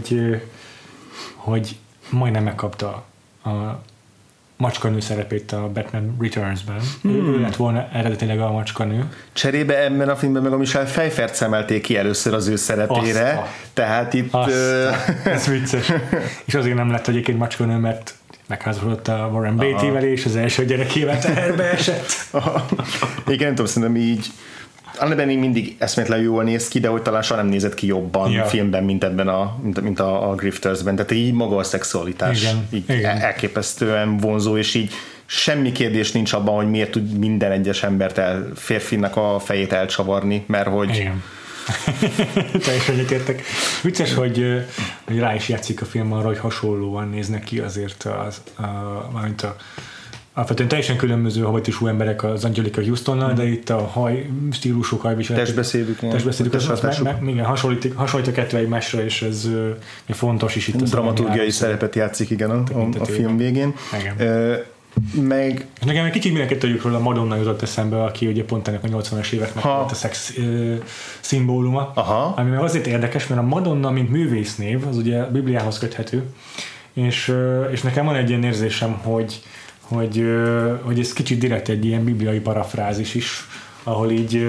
hogy majdnem megkapta a macskanő szerepét a Batman Returns-ben. Ő lett volna eredetileg a macskanő. Cserébe ebben a filmben meg a Michelle Pfeiffert szemelték ki először az ő szerepére. Tehát itt... Ez vicces. És azért nem lett egyébként macskanő, mert megházasodott a Warren Beatty-vel, és az első gyerekével teherbe esett. Igen, nem tudom, szerintem így Annette Bening mindig eszméletlen jól néz ki, de hogy talán soha nem nézett ki jobban filmben, mint a Griftersben. Tehát így maga a szexualitás igen. Elképesztően vonzó, és így semmi kérdés nincs abban, hogy miért tud minden egyes embert férfinak a fejét elcsavarni, mert hogy... Igen. Teljesen egyetértek. Vicces, hogy rá is játszik a film arra, hogy hasonlóan néznek ki azért mármint alapvetően teljesen különböző habitúsú emberek az Anjelica Houstonnal, de itt a stílusuk, hajviselet. Testbeszédük. Igen, hasonlít a kettő egymásra, és ez fontos is itt. Dramaturgiai szerepet játszik, igen, a film végén. Meg... Nekem egy kicsit mindenki tudjukról a Madonna jutott eszembe, aki ugye pont ennek a 80-as éveknek volt a szex szimbóluma. Aha. Ami azért érdekes, mert a Madonna, mint művésznév, az ugye a Bibliához köthető, és nekem van egy ilyen érzésem, hogy ez kicsit direkt egy ilyen bibliai parafrázis is, ahol így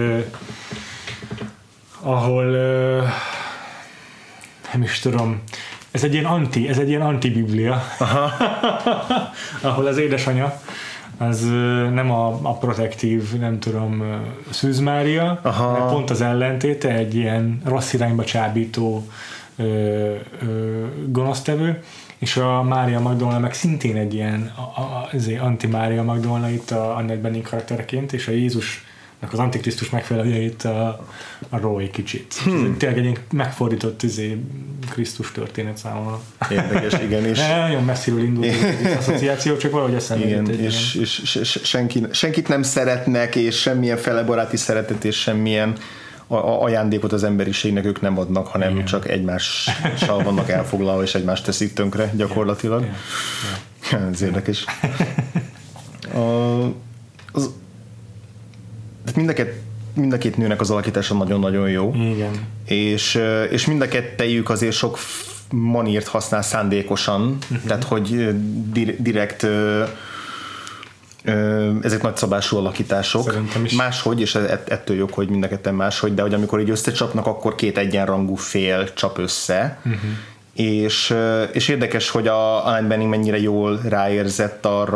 nem is tudom, ez egy ilyen anti-biblia, ahol az édesanyja az nem a protektív, nem tudom, Szűz Mária, hanem pont az ellentéte, egy ilyen rossz irányba csábító gonosztevő, és a Mária Magdolna meg szintén egy ilyen anti-Mária Magdolna itt a Annette Bening karakterként, és a Jézusnak az Antikrisztus megfelelője itt a Roy kicsit. Tényleg egy ilyen megfordított Krisztus történet számomra. Érdekes, igen. És nagyon messziről indult az asszociáció, csak valahogy eszembe jutott. Igen, és senkit nem szeretnek, és semmilyen felebaráti szeretet, és semmilyen ajándékot az emberiségnek ők nem adnak, hanem igen. Csak egymással vannak elfoglalva, és egymást teszik tönkre gyakorlatilag. Igen. Ez érdekes. Mind a két nőnek az alakítása nagyon-nagyon jó. Igen. És mind a kettejük azért sok manírt használ szándékosan, tehát hogy direkt ezek nagyszabású alakítások. Máshogy, és ettől jók, hogy mind a ketten máshogy, de hogy amikor így összecsapnak, akkor két egyenrangú fél csap össze. És érdekes, hogy a Annette Bening mennyire jól ráérzett arra,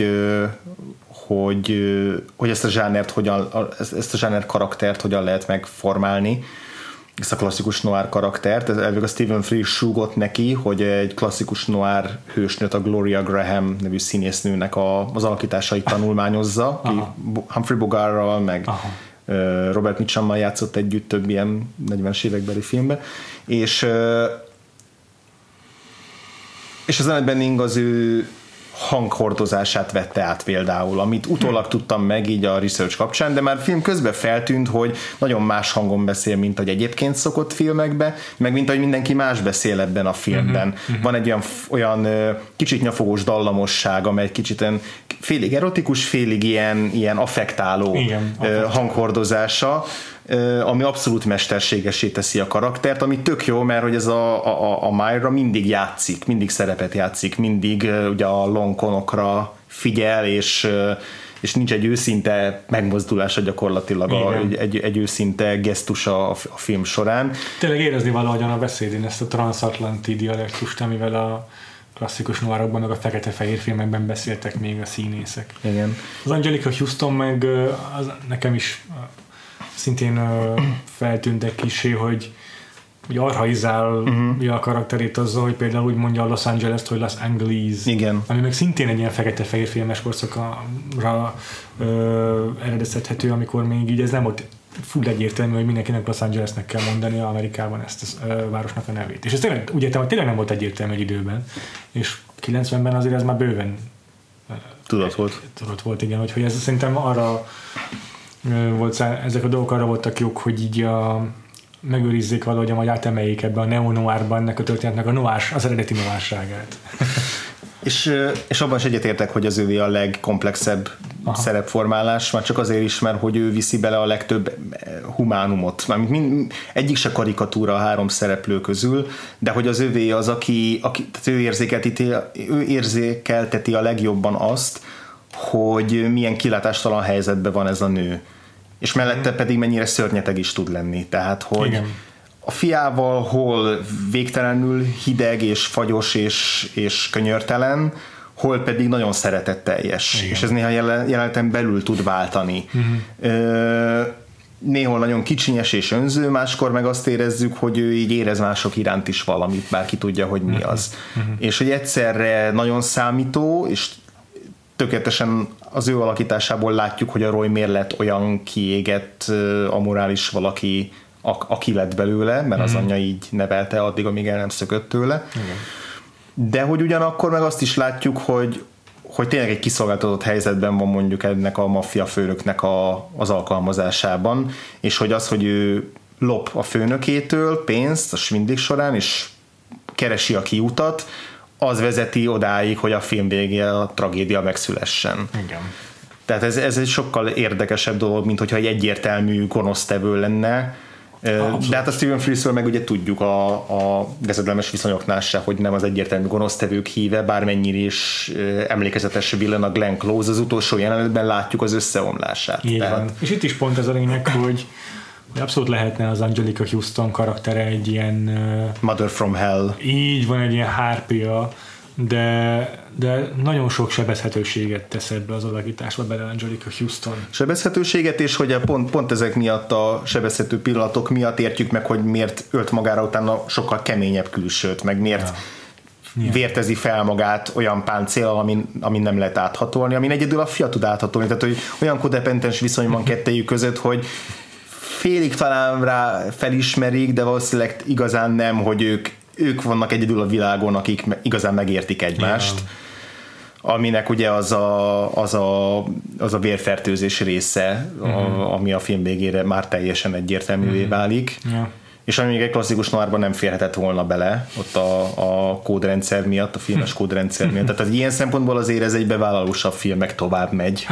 hogy ezt a zsánert ezt a zsáner karaktert hogyan lehet megformálni, ezt a klasszikus noir karaktert. Elvég a Stephen Frears súgott neki, hogy egy klasszikus noir hősnőt, a Gloria Graham nevű színésznőnek az alakításait tanulmányozza, ki Humphrey Bogartral, meg Robert Mitchummal játszott együtt több ilyen 40-es évekbeli filmben, és az Annette Bening az ő hanghordozását vette át például, amit utólag tudtam meg így a research kapcsán, de már film közben feltűnt, hogy nagyon más hangon beszél, mint hogy egyébként szokott filmekbe, meg mint hogy mindenki más beszél ebben a filmben. Van egy olyan kicsit nyafogós dallamosság, amely egy kicsit félig erotikus, félig ilyen affektáló hanghordozása, ami abszolút mesterségesé teszi a karaktert, ami tök jó, mert hogy ez a Myra mindig játszik, mindig szerepet játszik, mindig ugye a longkonokra figyel, és nincs egy őszinte megmozdulása gyakorlatilag, egy őszinte gesztusa a film során. Tényleg érezni valahogyan a beszédén ezt a transatlanti dialektust, amivel a klasszikus noirokban, meg a fekete-fehér filmekben beszéltek még a színészek. Igen. Az Anjelica Huston meg nekem is szintén feltűnt egy kissé, hogy archaizálja a karakterét azzal, hogy például úgy mondja a Los Angeles-t, hogy Los Angeles. Igen. Ami meg szintén egy ilyen fekete-fehér filmes korszakra eredeztethető, amikor még így ez nem volt full egyértelmű, hogy mindenkinek Los Angelesnek kell mondani Amerikában ezt a városnak a nevét. És ez tényleg, úgy értem, hogy tényleg nem volt egyértelmű egy időben, és 90-ben azért ez már bőven tudott volt, igen, hogy ez szerintem arra volt, ezek a dolgok arra voltak jók, hogy így megőrizzék valahogy, vagy átemeljék ebbe a neo-noirban ennek a történetnek az eredeti noirságát. És abban is egyetértek, hogy az ővé a legkomplexebb szerepformálás, már csak azért is, mert hogy ő viszi bele a legtöbb humánumot. Egyik se karikatúra a három szereplő közül, de hogy az ővé az, aki tehát ő érzékelteti a legjobban azt, hogy milyen kilátástalan helyzetben van ez a nő. És mellette pedig mennyire szörnyeteg is tud lenni. Tehát, hogy igen. A fiával hol végtelenül hideg és fagyos és könyörtelen, hol pedig nagyon szeretetteljes. Igen. És ez néha jeleneten belül tud váltani. Néhol nagyon kicsinyes és önző, máskor meg azt érezzük, hogy ő így érez mások iránt is valamit, bárki tudja, hogy mi az. És hogy egyszerre nagyon számító, és tökéletesen az ő alakításából látjuk, hogy a Roy miért lett olyan kiégett, amorális valaki, aki lett belőle, mert az anyja így nevelte addig, amíg el nem szökött tőle. Igen. De hogy ugyanakkor meg azt is látjuk, hogy tényleg egy kiszolgáltatott helyzetben van mondjuk ennek a maffia főnöknek az alkalmazásában, és hogy az, hogy ő lop a főnökétől pénzt a mindig során, és keresi a kiutat, az vezeti odáig, hogy a film végén a tragédia megszülessen. Igen. Tehát ez egy sokkal érdekesebb dolog, mint hogyha egy egyértelmű gonosztevő lenne. De hát a Stephen Frears-ről meg ugye tudjuk a veszedelmes viszonyoknál se, hogy nem az egyértelmű gonosztevők híve, bármennyire is emlékezetes villan a Glenn Close, az utolsó jelenetben látjuk az összeomlását. Tehát... És itt is pont ez a lényeg, hogy abszolút lehetne az Angelica Houston karaktere egy ilyen... Mother from Hell. Így van, egy ilyen hárpia, de nagyon sok sebezhetőséget tesz ebbe az alakításba bele Angelica Houston. Sebezhetőséget, és hogy pont ezek miatt a sebezhető pillanatok miatt értjük meg, hogy miért ölt magára utána sokkal keményebb külsőt, meg miért vértezi fel magát olyan páncéllal, amin nem lehet áthatolni, amin egyedül a fia tud áthatolni. Tehát, hogy olyan kodependens viszony van kettejük között, hogy félig talán rá felismerik, de valószínűleg igazán nem, hogy ők vannak egyedül a világon, akik igazán megértik egymást. Yeah. Aminek ugye az a vérfertőzés része, ami a film végére már teljesen egyértelművé válik. Yeah. És ami még egy klasszikus noirban nem férhetett volna bele, ott a kódrendszer miatt, a filmes kódrendszer miatt. Tehát ilyen szempontból azért ez egy bevállalósabb film, meg tovább megy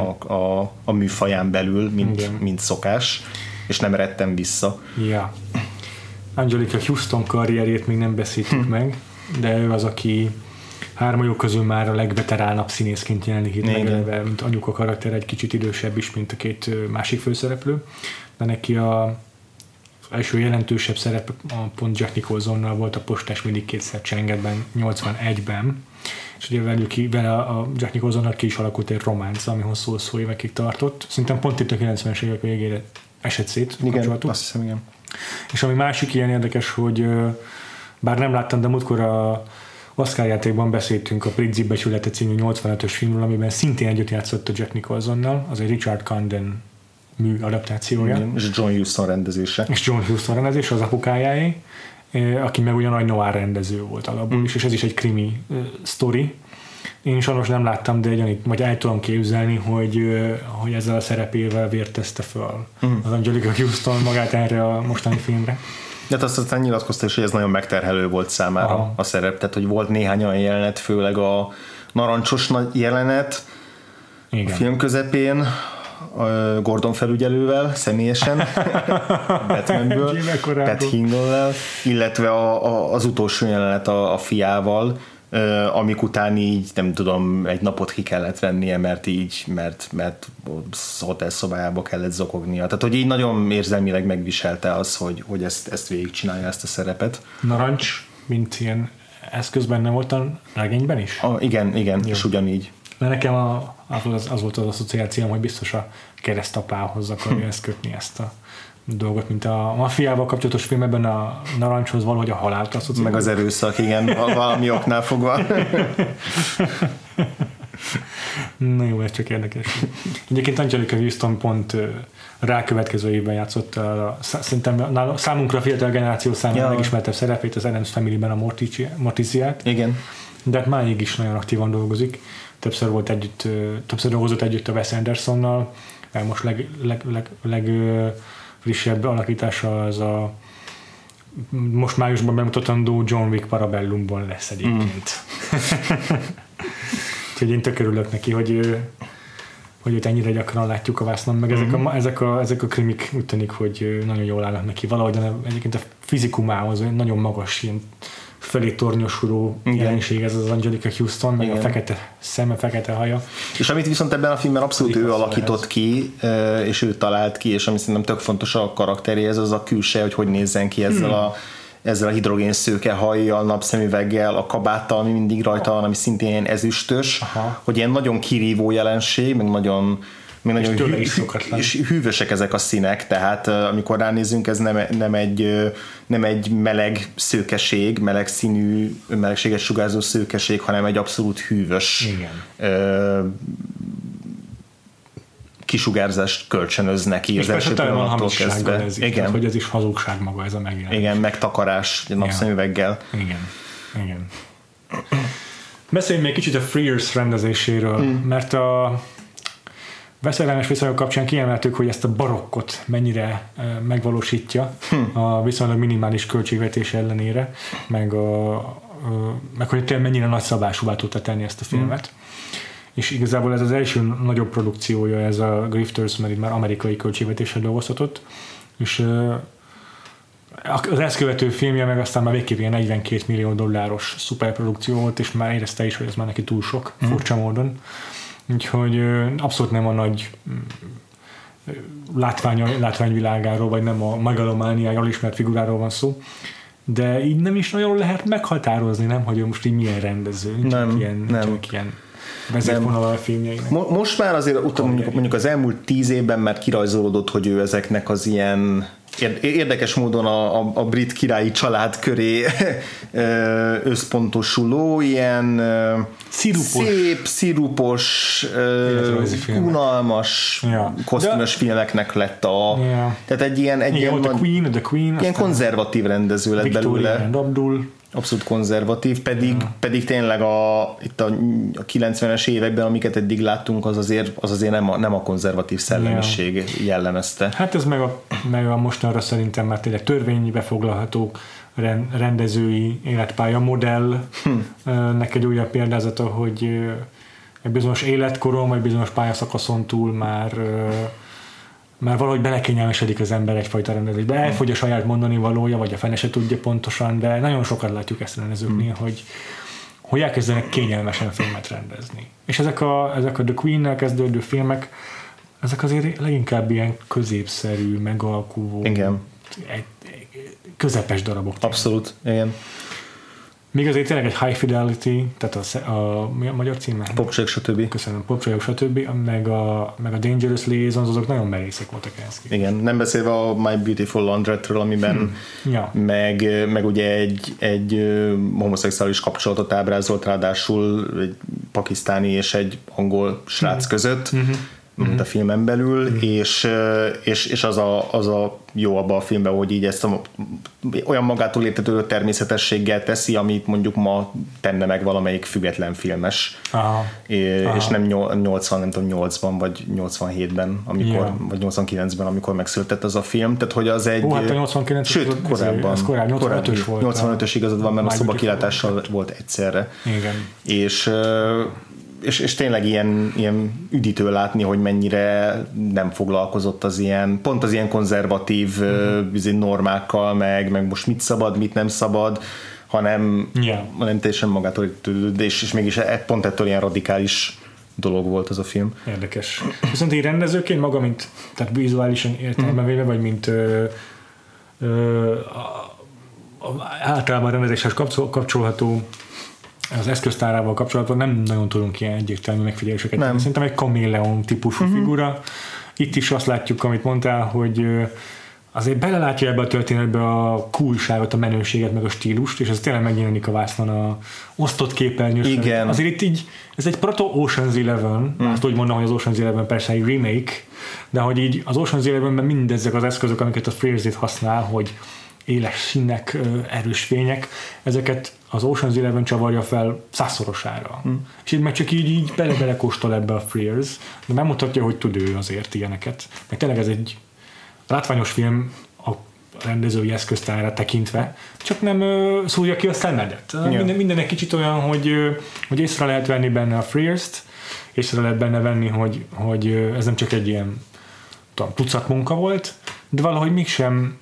a műfaján belül, mint szokás, és nem rettem vissza. Ja. Angelica Houston karrierjét még nem beszéltük meg, de ő az, aki hármajok közül már a legveteránabb színészként jelenik itt meg, mint anyuka karakter, egy kicsit idősebb is, mint a két másik főszereplő, de neki az első jelentősebb szerep pont Jack Nicholsonnal volt a Postás mindig kétszer csengetben 81-ben, és ugye vele a Jack Nicholsonnal ki is alakult egy románc, ami hosszú évekig tartott. Szerintem pont itt a 90-es évek végére esett szét. Igen, azt hiszem, igen. És ami másik ilyen érdekes, hogy bár nem láttam, de múltkor a Oscar játékban beszéltünk a Princip becsülete című 85-ös filmről, amiben szintén együtt játszott a Jack Nicholsonnal, az egy Richard Condon mű adaptációja. Igen, és John Huston rendezése. És John Huston rendezése az apukájáé, aki meg ugyan nagy noir rendező volt alapból is, és ez is egy krimi sztori. Én sajnos nem láttam, de vagy el tudom képzelni, hogy ezzel a szerepével vértezte föl az Angelica Houston magát erre a mostani filmre. De azt aztán nyilatkozta is, hogy ez nagyon megterhelő volt számára a szerep, tehát hogy volt néhány olyan jelenet, főleg a narancsos jelenet a film közepén, Gordon felügyelővel személyesen, Batmanből, Pat Hingle-lel, illetve az utolsó jelenet a fiával, amik után így, nem tudom, egy napot ki kellett vennie, mert hotelszobájába kellett zokognia. Tehát, hogy így nagyon érzelmileg megviselte az, hogy ezt végigcsinálja, ezt a szerepet. Narancs, mint ilyen eszköz benne volt a regényben is? Igen, jó. És ugyanígy. De nekem az volt az asszociációm, hogy biztos a keresztapához akarja ezt kötni, ezt a dolgot, mint a maffiával kapcsolatos filmben a narancshoz valahogy a halált asszociáljuk. Meg az erőszak, igen, valami oknál fogva. Na jó, ez csak érdekes. Egyébként Angelica Houston pont rákövetkező évben játszott szerintem számunkra a fiatal generáció számára megismertebb szerepét, az Addams Family-ben a Morticiát. Igen. De hát máig is nagyon aktívan dolgozik. Többször dolgozott együtt a Wes Andersonnal, most legfrissebb alakítása az a most májusban bemutatandó John Wick Parabellumban lesz egyébként. Úgyhogy én tök örülök neki, hogy őt ennyire gyakran látjuk a vásznon, meg ezek a krimik úgy tűnik, hogy nagyon jól állnak neki. Valahogy egyébként a fizikumához nagyon magas, ilyen felé tornyosuló jelenség ez az Angelica Houston, meg a fekete szeme, fekete haja. És amit viszont ebben a filmben abszolút ő alakított ki, és ő talált ki, és ami szerintem tök fontos a karakteréhez, az a külseje, hogy nézzen ki ezzel a hidrogénszőke hajjal, napszemüveggel, a kabáttal, ami mindig rajta van, ami szintén ilyen ezüstös, hogy ilyen nagyon kirívó jelenség, meg nagyon még nagyon és hűvösek ezek a színek, tehát amikor ránézünk, ez nem egy meleg szőkeség, meleg színű, melegséget sugárzó szőkeség, hanem egy abszolút hűvös kisugárzást kölcsönöznek így az első pillanattól kezdve. Igen. Hogy ez is hazugság maga, ez a megjelenés. Igen, megtakarás napszemüveggel. Igen. Beszéljünk még kicsit a Frears rendezéséről, mert a veszedelmes viszonyok kapcsán kiemeltük, hogy ezt a barokkot mennyire megvalósítja a viszonylag minimális költségvetés ellenére, meg hogy tényleg mennyire nagyszabásúvá tudta tenni ezt a filmet. És igazából ez az első nagyobb produkciója, ez a Grifters, mert itt már amerikai költségvetéssel dolgozhatott, és az ezt követő filmje meg aztán már végképp ilyen $42 millió szuperprodukció volt, és már érezte is, hogy ez már neki túl sok, furcsa módon. Úgyhogy abszolút nem a nagy látványvilágáról, vagy nem a megalomániájával ismert figuráról van szó, de így nem is nagyon lehet meghatározni, nem, hogy most így milyen rendező, csak ilyen vezérfonal a filmjeinek. Most már azért mondjuk az elmúlt 10 évben már kirajzolódott, hogy ő ezeknek az ilyen érdekes módon a brit királyi család köré összpontosuló, ilyen szép, szirupos, unalmas, kosztümös filmeknek lett tehát egy ilyen The Queen, ilyen konzervatív rendező lett belőle. Abdul. Abszolút konzervatív, pedig tényleg itt a 90-es években, amiket eddig láttunk, az azért nem a konzervatív szellemiség jellemezte. Hát ez meg a mostanra szerintem már tényleg törvénybe foglalható rendezői életpálya modellnek egy újabb példázata, hogy egy bizonyos életkoron, vagy bizonyos pályaszakaszon túl már valahogy belekényelmesedik az ember egyfajta rendezésbe. Elfogy a saját mondani valója, vagy a fene se tudja pontosan, de nagyon sokat látjuk ezt a rendezőknél, hogy elkezdenek kényelmesen filmet rendezni. És ezek a The Queen-nel kezdődő filmek, ezek azért leginkább ilyen középszerű, megalkuvó, közepes darabok. Abszolút, igen. Még azért tényleg egy High Fidelity, tehát a magyar címe? Popcsajok, stb. Köszönöm, Popcsajok, stb. Meg a Dangerous Liaisons, azok nagyon merészek voltak ehhez. Igen, nem beszélve a My Beautiful Laundrette-ről, amiben meg ugye egy homoszexuális kapcsolatot ábrázolt, ráadásul egy pakisztáni és egy angol srác között, mint a filmen belül, és az a jó abban a filmben, hogy így ezt olyan magától értetődő természetességgel teszi, amit mondjuk ma tenne meg valamelyik független filmes. És nem 88-ban, vagy 87-ben, vagy 89-ben, amikor megszületett az a film. Tehát, hogy az egy... Hát a 89 sőt, korábban. 85-ös volt. 85-ös igazad van, mert a szobakilátással volt egyszerre. Igen. És tényleg ilyen üdítő látni, hogy mennyire nem foglalkozott az ilyen konzervatív normákkal, meg most mit szabad, mit nem szabad, hanem teljesen magától értetődő, és mégis pont ettől ilyen radikális dolog volt az a film. Érdekes. Viszont én rendezőként maga, tehát vizuálisan értelemben véve, vagy mint általában rendezéshez kapcsolható az eszköztárával kapcsolatban nem nagyon tudunk ilyen egyértelmű megfigyeléseket. Szerintem egy kaméleon típusú figura. Itt is azt látjuk, amit mondtál, hogy azért belelátja ebbe a történetbe a coolságot, a menőséget, meg a stílust, és ez tényleg megjelenik a vásznon a osztott képernyős. Igen. Azért itt így, ez egy proto Ocean's Eleven, azt úgy mondom, hogy az Ocean's Eleven persze egy remake, de hogy így az Ocean's Elevenben mindezek az eszközök, amiket a Frears használ, hogy éles színek, erős fények, ezeket az Ocean's Eleven csavarja fel 100-szorosára. És így meg csak így bele kóstol ebbe a Frears, de nem mutatja, hogy tud ő azért ilyeneket. Meg tényleg ez egy látványos film a rendezői eszköztára tekintve, csak nem szúrja ki a szemedet. Minden egy kicsit olyan, hogy észre lehet venni benne a Frears-t, észre lehet benne venni, hogy ez nem csak egy ilyen tucat munka volt, de valahogy mégsem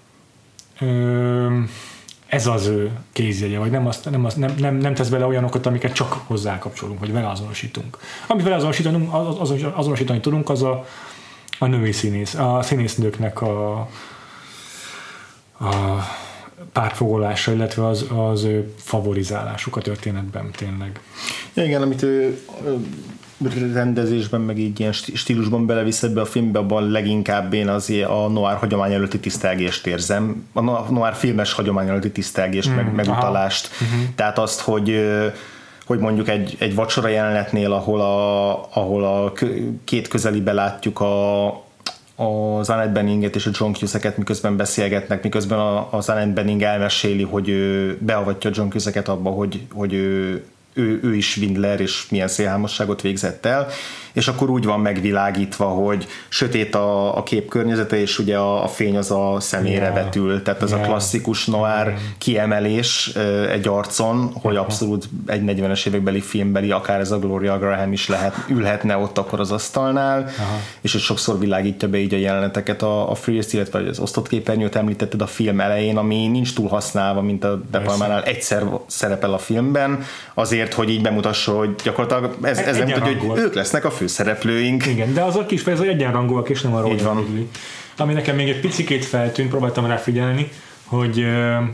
ez az ő kézjegye, vagy nem tesz bele olyanokat, amiket csak hozzá kapcsolunk, vagy vele azonosítunk. Amit vele azonosítani tudunk, az a női színész, a színésznőknek a pártfogolása, illetve az ő favorizálásuk a történetben tényleg. Ja, igen, amit rendezésben, meg így ilyen stílusban belevisz ebbe a filmbe, abban leginkább én azért a noir hagyomány előtti tisztelgést érzem. A noir filmes hagyomány előtti tisztelgést, megutalást. Tehát azt, hogy mondjuk egy vacsora jelenetnél, ahol a két közelibe látjuk az Annette Beninget és a John Cusack-et, miközben beszélgetnek, miközben az Annette Bening elmeséli, hogy ő beavatja John Cusack-et abba, hogy ő is svindler, és milyen szélhámosságot végzett el, és akkor úgy van megvilágítva, hogy sötét a kép környezete, és ugye a fény az a szemére vetül, tehát ez a klasszikus noir kiemelés egy arcon, hogy abszolút egy 40-es évekbeli filmbeli, akár ez a Gloria Graham is ülhetne ott akkor az asztalnál, és hogy sokszor világítja be így a jeleneteket a Frears, illetve az osztott képernyőt említetted a film elején, ami nincs túl használva, mint a De Palmánál egyszer szerepel a filmben, azért, hogy így bemutassa, hogy gyakorlatilag ez nem tudja, hogy ők lesznek a főszereplőink. Igen, de azok is ez egyenrangúak, és nem a Roger. Ami nekem még egy picikét feltűnt, próbáltam rá figyelni, hogy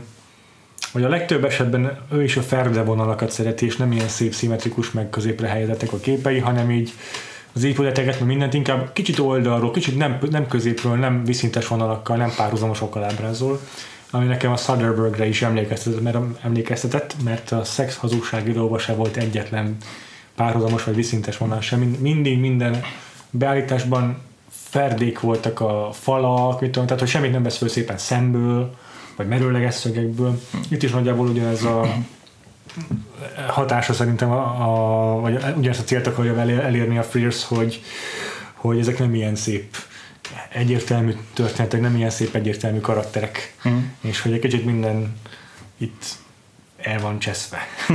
a legtöbb esetben ő is a ferde vonalakat szereti, és nem ilyen szép, szimmetrikus, meg középre helyezettek a képei, hanem így az épületeket, meg mindent inkább kicsit oldalról, kicsit nem középről, nem viszintes vonalakkal, nem párhuzamosokkal ábrázol, ami nekem a Soderberghre is emlékeztetett, mert a Szex hazugságíróban se volt egyetlen párhuzamos vagy viszintes vonal sem. Mindig minden beállításban ferdék voltak a falak, tehát hogy semmit nem vesz föl szépen szemből, vagy merőleges szögekből. Itt is nagyjából ugyanez a hatása szerintem, vagy ugyanezt a célt akarja elérni a Frears, hogy ezek nem ilyen szép egyértelmű történetek, nem ilyen szép egyértelmű karakterek, és hogy egy kicsit minden itt el van cseszve.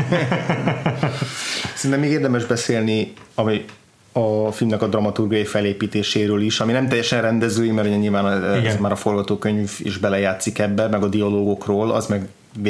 Szerintem még érdemes beszélni a filmnek a dramaturgiai felépítéséről is, ami nem teljesen rendezői, mert ugye nyilván ez már a forgatókönyv is belejátszik ebbe, meg a dialógokról, az meg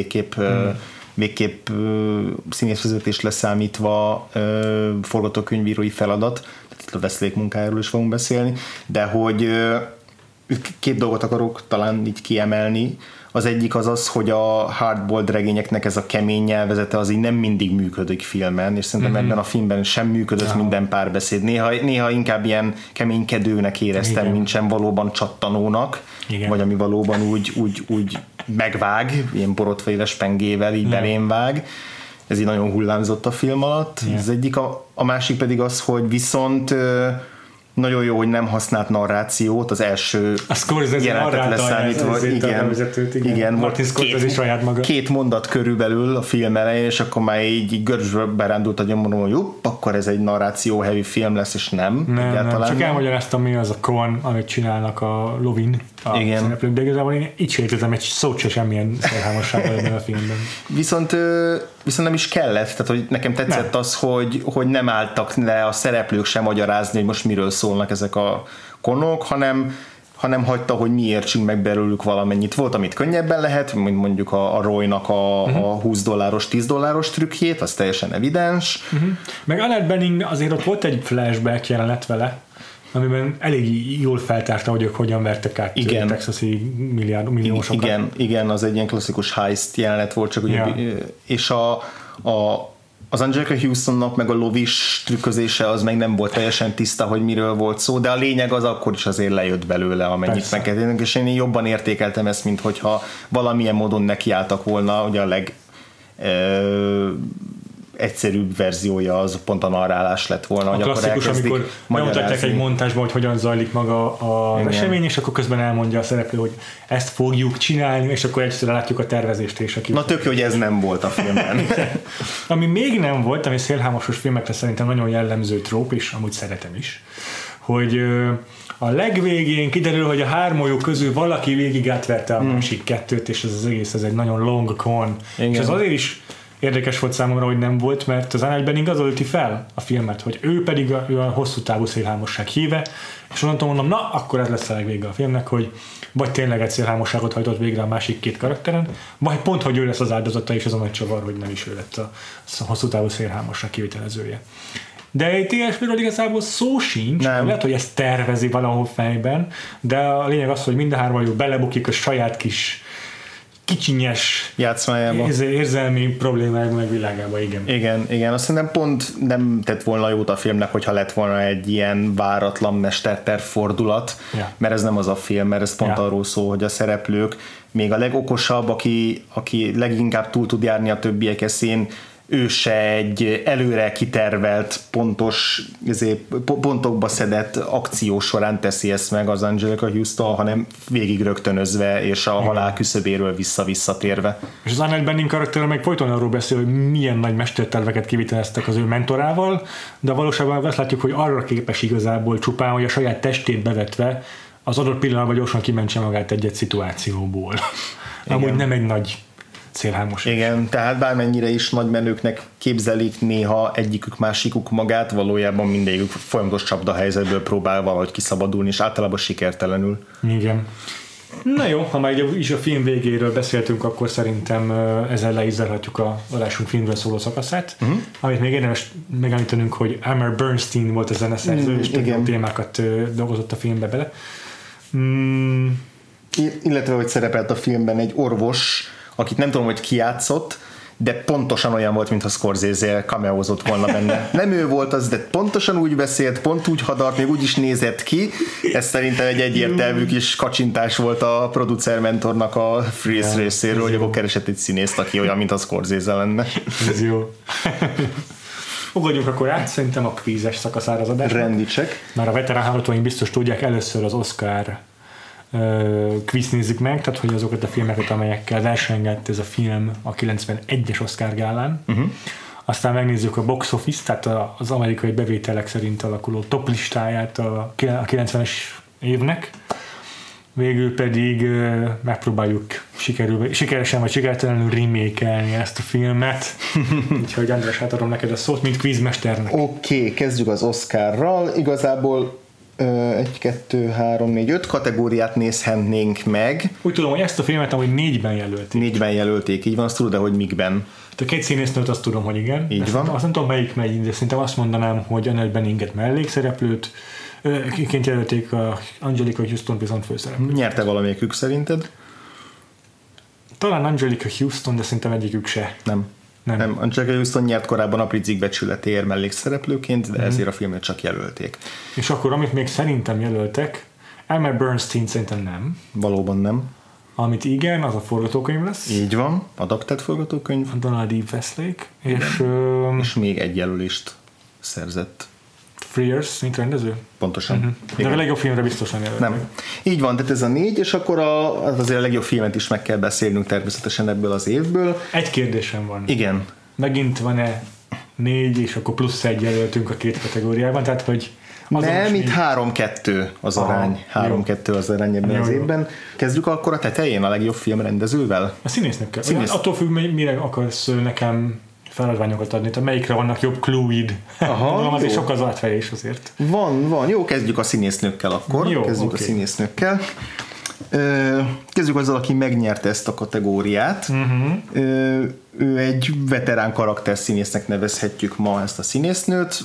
végképp színészvezetés leszámítva forgatókönyvírói feladat, itt a Westlake munkájáról is fogunk beszélni, de hogy két dolgot akarok talán így kiemelni. Az egyik az, hogy a hardboiled regényeknek ez a kemény nyelvezete az így nem mindig működik filmen, és szerintem ebben a filmben sem működött minden párbeszéd. Néha inkább ilyen keménykedőnek éreztem, mint sem valóban csattanónak, vagy ami valóban úgy megvág, ilyen borotvaéles pengével így belém vág. Ez így nagyon hullámzott a film alatt. Ez egyik, a másik pedig az, hogy viszont nagyon jó, hogy nem használt narrációt, az első jelenetet leszámítva. Igen, Martin Scorsese saját maga. Két mondat körülbelül a film elején, és akkor már így görcsbe berándult a gyomrom, hogy jobb, akkor ez egy narráció heavy film lesz, és nem. Csak elmagyaráztam, mi az a Coen, amit csinálnak a Lovin, a szereplők, de igazából én így sértezem egy szót se semmilyen szélhámossággal ebben a filmben. Viszont nem is kellett, tehát hogy nekem tetszett az, hogy nem álltak le a szereplők sem magyarázni, hogy most miről szólnak ezek a konok, hanem hagyta, hogy mi értsünk meg belőlük valamennyit. Volt, amit könnyebben lehet, mint mondjuk a Roy-nak a $20, $10 trükkjét, az teljesen evidens. Meg Annette Bening azért ott volt egy flashback jelenet amiben elég jól feltárta, hogy ők hogyan vertek át texasi milliósokat. Igen, az egy ilyen klasszikus heist jelenet volt, csak ugye, és az Angelica Houstonnak meg a lovis trükközése az meg nem volt teljesen tiszta, hogy miről volt szó, de a lényeg az akkor is azért lejött belőle, amennyit megkezdődünk, és én jobban értékeltem ezt, mint hogyha valamilyen módon nekiálltak volna, ugye a egyszerűbb verziója az pont a narrálás lett volna. A klasszikus, amikor bemutatják egy montázsban, hogy hogyan zajlik maga az esemény, és akkor közben elmondja a szereplő, hogy ezt fogjuk csinálni, és akkor egyszerűen látjuk a tervezést és a Na tök jó, hogy ez nem volt a filmben. Ami még nem volt, ami szélhámosos filmekre szerintem nagyon jellemző tróp, és amúgy szeretem is, hogy a legvégén kiderül, hogy a hármójuk közül valaki végig átverte a másik kettőt, és ez az egész, ez egy nagyon long con. És ez azért is érdekes volt számomra, hogy nem volt, mert az Annette Bening az ölti fel a filmet, hogy ő pedig a hosszú távú szélhámosság híve, és onnantól mondom, na, akkor ez lesz a legvége a filmnek, hogy vagy tényleg egy szélhámosságot hajtott végre a másik két karakteren, vagy pont, hogy ő lesz az áldozata, és az a nagy csavar, hogy nem is ő lett a hosszú távú szélhámosság kivitelezője. De egy ilyesmiről igazából szó sincs, lehet, hogy ezt tervezi valahol fejben, de a lényeg az, hogy mind a hárman belebukik a saját kis kicsinyes játszmájában. Érzelmi problémákban meg világában, igen. Igen, azt hiszem pont nem tett volna jót a filmnek, hogyha lett volna egy ilyen váratlan mesterterv fordulat, mert ez nem az a film, mert ez pont arról szól, hogy a szereplők, még a legokosabb, aki leginkább túl tud járni a többiek eszén, ő se egy előre kitervelt, pontos pontokba szedett akció során teszi ezt meg az Anjelica Huston, hanem végig rögtönözve és a halál küszöbéről visszatérve. És az Annette Bening karakter meg folyton arról beszél, hogy milyen nagy mesterterveket kiviteleztek az ő mentorával, de valóságban azt látjuk, hogy arra képes igazából csupán, hogy a saját testét bevetve az adott pillanatban gyorsan kimentse magát egy szituációból. Amúgy nem egy nagy célhámos. Igen, tehát bármennyire is nagy menőknek képzelik néha egyikük másikuk magát, valójában mindegyikük folyamatos csapdahelyzetből próbál valahogy kiszabadulni, és általában sikertelenül. Igen. Na jó, ha már is a film végéről beszéltünk, akkor szerintem ezzel le is zárhatjuk a adásunk filmről szóló szakaszát. Amit még érdemes megemlítenünk, hogy Elmer Bernstein volt a zeneszerző, és több témákat dolgozott a filmbe bele. Illetve, hogy szerepelt a filmben egy orvos, akit nem tudom, hogy ki játszott, de pontosan olyan volt, mintha Scorsese cameózott volna benne. Nem ő volt az, de pontosan úgy beszélt, pont úgy hadart, még úgy is nézett ki. Ez szerintem egy egyértelmű kis kacsintás volt a producer mentornak a Freeze részéről, hogy akkor keresett egy színészt, aki olyan, mint a Scorsese lenne. Ez jó. Ugorjunk akkor át, szerintem a kvízes szakaszára az adásnak. Rendicsek. Már a veterán hallgatóink biztos tudják, először az Oscar kvíz nézzük meg, tehát hogy azokat a filmeket, amelyekkel versengett ez a film a 91-es Oscar gálán. Aztán megnézzük a box office, tehát az amerikai bevételek szerint alakuló top listáját a 90-es évnek. Végül pedig megpróbáljuk sikeresen vagy sikertelenül remake-elni ezt a filmet. Úgyhogy András, átadom neked a szót, mint quizmesternek. Oké, kezdjük az Oscarral. Igazából 1, 2, 3, 4, 5 kategóriát nézhetnénk meg. Úgy tudom, hogy ezt a filmet amúgy 4-ben jelölték. 4-ben jelölték, így van, azt tudod, de hogy mikben? A 2 színésznőt azt tudom, hogy igen. Így van. Azt nem tudom, melyik megy, de szerintem azt mondanám, hogy Annette Beninget mellékszereplőt, ként jelölték a Anjelica Huston viszont főszereplőt. Nyerte valamelyikük szerinted? Talán Anjelica Huston, de szerintem egyikük se. Nem. Anjelica Huston nyert korábban a Brit becsületéért mellékszereplőként, de ezért a filmet csak jelölték. És akkor, amit még szerintem jelöltek, Elmer Bernstein szerintem nem. Valóban nem. Amit igen, az a forgatókönyv lesz. Így van, adaptált forgatókönyv. A Donald E. Westlake. És még egy jelölést szerzett. Frears, mint rendező? Pontosan. De a legjobb filmre biztosan jelölték. Nem. Így van, tehát ez a 4, és akkor azért a legjobb filmet is meg kell beszélnünk természetesen ebből az évből. Egy kérdésem van. Igen. Megint van-e 4, és akkor plusz 1 jelöltünk a 2 kategóriában, tehát hogy nem, itt 3-2 az arány. 3-2 az arány ebben az évben. Kezdjük akkor a tetején a legjobb film rendezővel? A színésznek kell. Attól függ, mire akarsz nekem feladványokat adni, tehát melyikre vannak jobb clueid. Gondolom, azért sok az átfejés azért. Van. Jó, kezdjük a színésznőkkel akkor. Jó, kezdjük a színésznőkkel. Kezdjük azzal, aki megnyerte ezt a kategóriát. Ő egy veterán karakterszínésznek nevezhetjük ma ezt a színésznőt.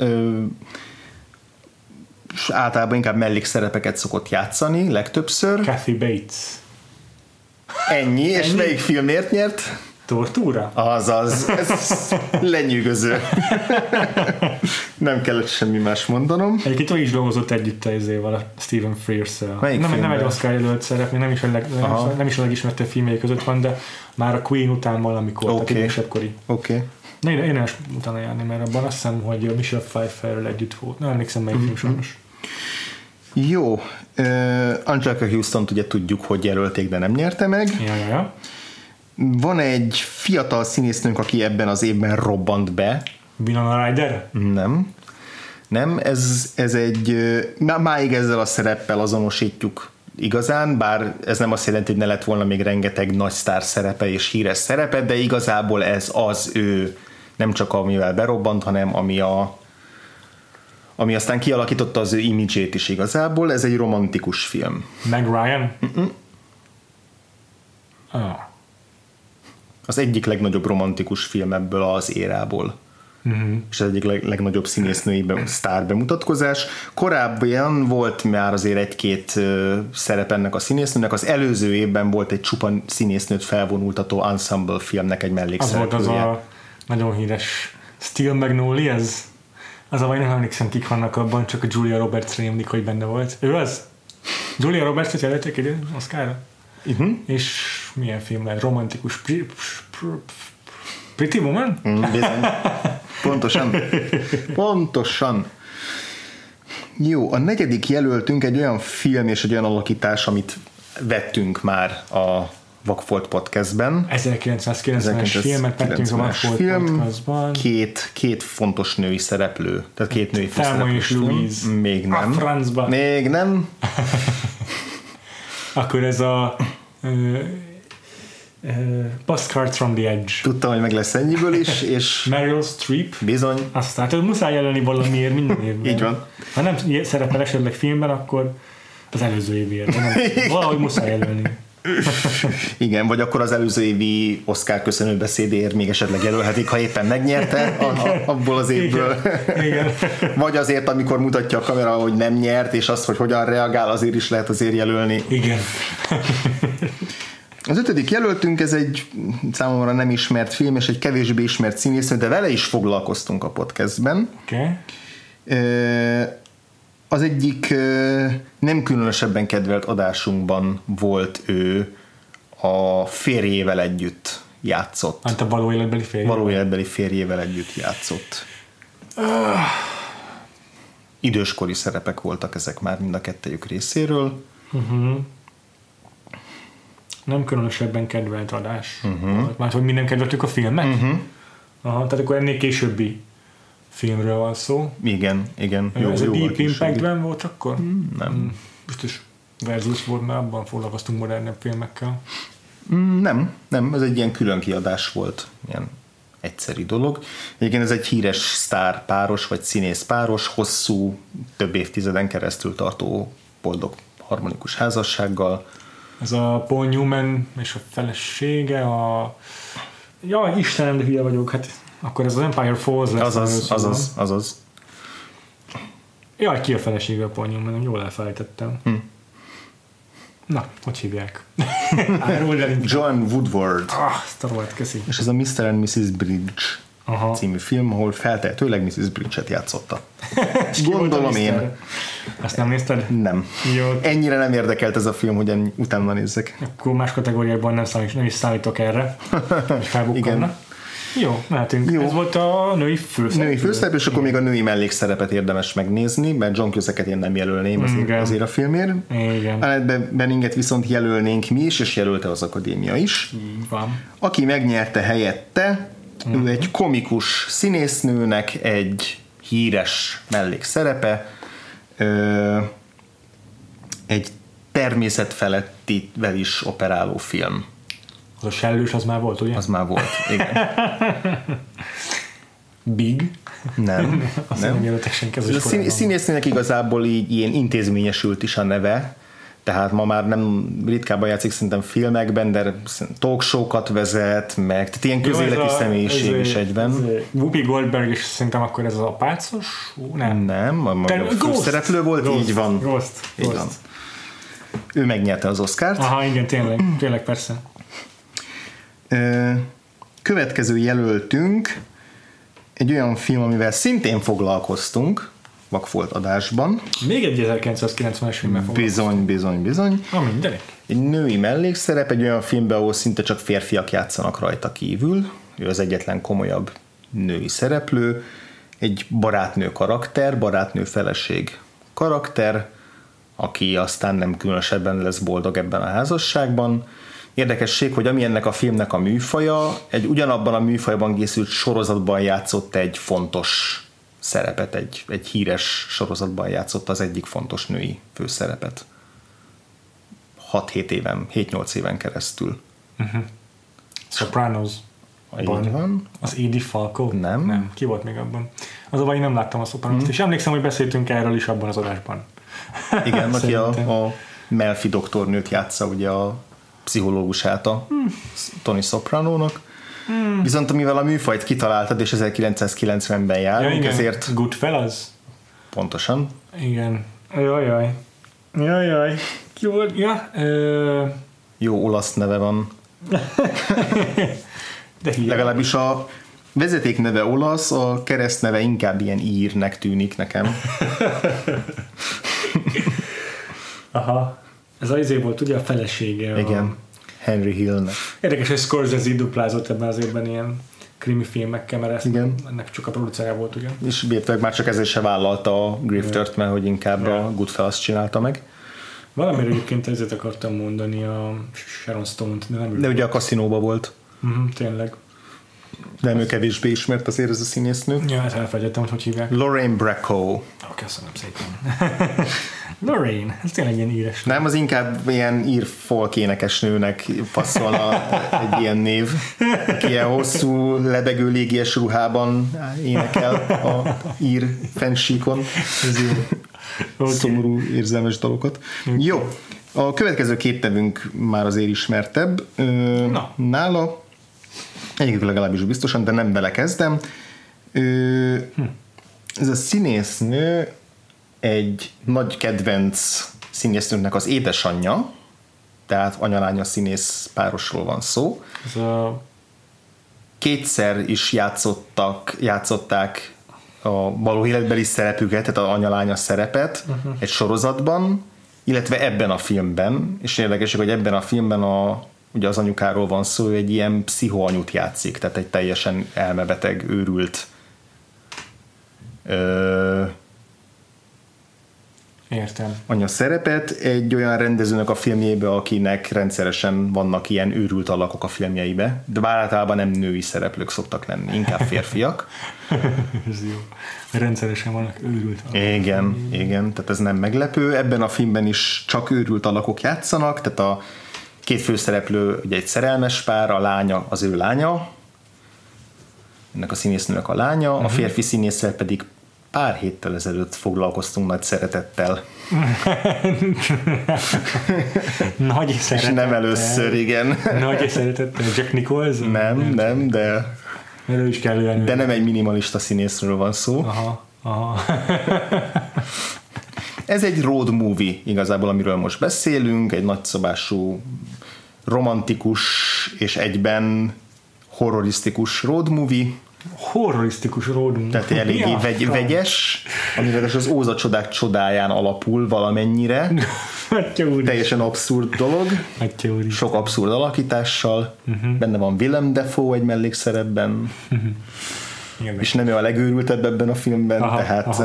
És általában inkább mellékszerepeket szokott játszani, legtöbbször. Kathy Bates. Ennyi, és melyik filmért nyert? Tortúra? Azaz, ez lenyűgöző. Nem kellett semmi más mondanom. Egyébként ő is dolgozott együtt ezével a Stephen Frears-szel. Nem egy Oscar jelölt szerep, nem is a legismertebb filmjei között van, de már a Queen után valamikor, tehát idősebbkori. Oké. Én is utána járni, mert abban azt hiszem, hogy Michelle Pfeifferrel együtt volt. Nem emlékszem, melyik film sajnos. Jó. Anjelica Hustont ugye tudjuk, hogy jelölték, de nem nyerte meg. Ja. Van egy fiatal színésznőnk, aki ebben az évben robbant be. Winona Ryder? Nem, ez egy, máig ezzel a szereppel azonosítjuk igazán, bár ez nem azt jelenti, hogy ne lett volna még rengeteg nagy sztár szerepe és híres szerepe, de igazából ez az ő, nem csak amivel berobbant, hanem ami aztán kialakította az ő imidzsét is igazából. Ez egy romantikus film. Meg Ryan? Az egyik legnagyobb romantikus film ebből az érából. és ez egyik legnagyobb színésznői sztár bemutatkozás. Korábban volt már azért egy-két szerep ennek a színésznőnek, az előző évben volt egy csupa színésznőt felvonultató ensemble filmnek egy mellékszereplője. Az volt az a nagyon híres Steel Magnolias? Az a vagy nem emlékszem, kik vannak abban, csak a Julia Roberts rémlik, hogy benne volt. Ő az? Julia Roberts-et jelölték egy Oscarra? És milyen film lehet? Romantikus Pretty Woman? Bizony. Pontosan. Jó, a negyedik jelöltünk egy olyan film és egy olyan alakítás, amit vettünk már a Vakfolt Podcastben. 1990-es filmet vettünk a Vakfolt Podcastban. Két fontos női szereplő. Tehát két női főszereplős. Még nem. A francba. Még nem. Akkor ez a Postcards from the Edge. Tudtam, hogy meg lesz ennyiből is, és Meryl Streep. Bizony. Aztán tehát muszáj jelölni valamiért minden évben. Így van. Ha nem szerepel esetleg filmben, akkor az előző évért. Valahogy muszáj jelölni. Igen, vagy akkor az előző évi Oscar köszönő beszédért még esetleg jelölhetik, ha éppen megnyerte abból az évből. Igen. Vagy azért, amikor mutatja a kamera, hogy nem nyert, és azt, hogy hogyan reagál, azért is lehet azért jelölni. Igen. Az ötödik jelöltünk, ez egy számomra nem ismert film, és egy kevésbé ismert színésznő, de vele is foglalkoztunk a podcastben. Okay. Az egyik nem különösebben kedvelt adásunkban volt ő, a férjével együtt játszott. Hát a való életbeli férjével? Való életbeli férjével együtt játszott. Időskori szerepek voltak ezek már mind a kettejük részéről. Nem különösebben kedvelt adás. Már hogy mi nem kedveltük a filmet? Aha, tehát akkor ennél későbbi filmről van szó. Igen. Jó, ez a Deep Impact-ben volt akkor? Nem. Biztos Versus volt, mert abban foglalkoztunk modernebb filmekkel. Nem, ez egy ilyen külön kiadás volt, ilyen egyszeri dolog. Egyébként ez egy híres sztár páros, vagy színész páros, hosszú, több évtizeden keresztül tartó boldog harmonikus házassággal. Ez a Paul Newman és a felesége, Jaj, Istenem, de hülye vagyok, hát akkor ez az Empire Falls lesz. Azaz. Jaj, ki a felesége a Paul Newman, jól elfelejtettem. Na, hogy hívják? Joan Woodward. Sztarolt, köszi. És ez a Mr. and Mrs. Bridge című film, ahol feltehetőleg Mrs. Bridge-et játszotta. Gondolom én. Azt nem nézted? Nem. Jó. Ennyire nem érdekelt ez a film, hogy utána nézzek. Akkor más kategóriákban nem is számítok erre, hogy felbukkanna. Jó, mehetünk. Jó. Ez volt a női főszereplő. És akkor még a női mellékszerepet érdemes megnézni, mert John Cusack-et én nem jelölném azért a filmért. Igen. Annette Beninget viszont jelölnénk mi is, és jelölte az akadémia is. Van. Aki megnyerte helyette, ő egy komikus színésznőnek egy híres mellékszerepe, egy természetfelettivel is operáló film. Az a sellős, az már volt, ugye? Az már volt, igen. Big? Nem. Azt nem jelöltek senki, az is korábban. A színésznének igazából így ilyen intézményesült is a neve, tehát ma már nem ritkábban játszik szerintem filmekben, de talkshow-kat vezet, meg tehát ilyen közéleti személyiség is egyben. Whoopi Goldberg, és szerintem akkor ez az apácos? Nem, a főszereplő volt, Ghost, így van. Ghost. Van. Ő megnyerte az Oscart. Aha, igen, tényleg persze. Következő jelöltünk egy olyan film, amivel szintén foglalkoztunk Vakfolt adásban. Még egy 1990-es filmmel foglalkoztunk. Bizony. Mindenik. Egy női mellékszerep, egy olyan filmben, ahol szinte csak férfiak játszanak rajta kívül. Ő az egyetlen komolyabb női szereplő. Egy barátnő karakter, barátnő feleség karakter, aki aztán nem különösebben lesz boldog ebben a házasságban. Érdekesség, hogy ami ennek a filmnek a műfaja, egy ugyanabban a műfajban készült sorozatban játszott egy fontos szerepet, egy híres sorozatban játszott az egyik fontos női főszerepet. 7-8 éven keresztül. Sopranos. Van. Az Edie Falco? Nem. Ki volt még abban? Az a baj, nem láttam a Sopranost, és emlékszem, hogy beszéltünk erről is abban az adásban. Igen, aki a Melfi doktornőt játsza, ugye a pszichológusát a Tony Sopranónak. Viszont mivel a műfajt kitaláltad, és 1990-ben járunk, igen. ezért... Goodfellas? Pontosan. Igen. Jajjaj. Jó, ja. Jó olasz neve van. De Legalábbis a vezeték neve olasz, a kereszt neve inkább ilyen írnek tűnik nekem. Aha. Ez az izé volt ugye a felesége. Igen. Henry Hillnek. Érdekes, hogy Scorsese duplázott ebben az évben ilyen krimi filmekkel, mert ennek csak a producerja volt, ugye? És bírtak már csak ezért se vállalta a Griftert, mert hogy inkább a Goodfellas csinálta meg. Valamire egyébként ezért akartam mondani a Sharon Stone-t, de nem de ugye a kaszinóban volt. Tényleg. De ő kevésbé ismert azért ez a színésznő. Ja, hát elfelejtettem, hogy hívják. Lorraine Bracco. Köszönöm szépen. Lorraine, ez tényleg ilyen íres. Nem, az inkább ilyen ír folk énekesnőnek passzolna egy ilyen név, aki ilyen hosszú, lebegő légies ruhában énekel a ír fennsíkon. Ez jó. Okay. Szomorú, érzelmes dalokat. Okay. Jó, a következő két nevünk már azért ismertebb. Nála, egyikük legalábbis biztosan, de nem vele kezdem. Ez a színésznő egy nagy kedvenc színésznőnek az édesanyja, tehát anyalánya színész párosról van szó. Kétszer is játszották a való életbeli szerepüket, tehát az anyalánya szerepet egy sorozatban, illetve ebben a filmben, és érdekes, hogy ebben a filmben ugye az anyukáról van szó, ő egy ilyen pszichoanyut játszik, tehát egy teljesen elmebeteg, őrült Értem. anya szerepet egy olyan rendezőnek a filmjébe, akinek rendszeresen vannak ilyen őrült alakok a filmjeibe, de bár általában nem női szereplők szoktak lenni, inkább férfiak. Ez jó. Rendszeresen vannak őrült alakok. Igen, tehát ez nem meglepő. Ebben a filmben is csak őrült alakok játszanak, tehát a két főszereplő ugye egy szerelmes pár, a lánya az ő lánya, ennek a színésznőnek a lánya, a férfi színésszel pedig pár héttel ezelőtt foglalkoztunk nagy szeretettel. Nagy szeretettel. És nem először, igen. Nagy szeretettel. Jack Nicholson? Nem, de... Ő is kellően. De nem egy minimalista színészről van szó. Aha. Ez egy road movie igazából, amiről most beszélünk, egy nagyszabású, romantikus és egyben horrorisztikus road movie. Horrorisztikus road movie. Tehát eléggé vegyes, amivel az Óza csodák csodáján alapul valamennyire. Teljesen abszurd dolog. Sok abszurd alakítással. Benne van Willem Dafoe egy mellékszerepben. És nem ő a legőrültebb ebben a filmben, tehát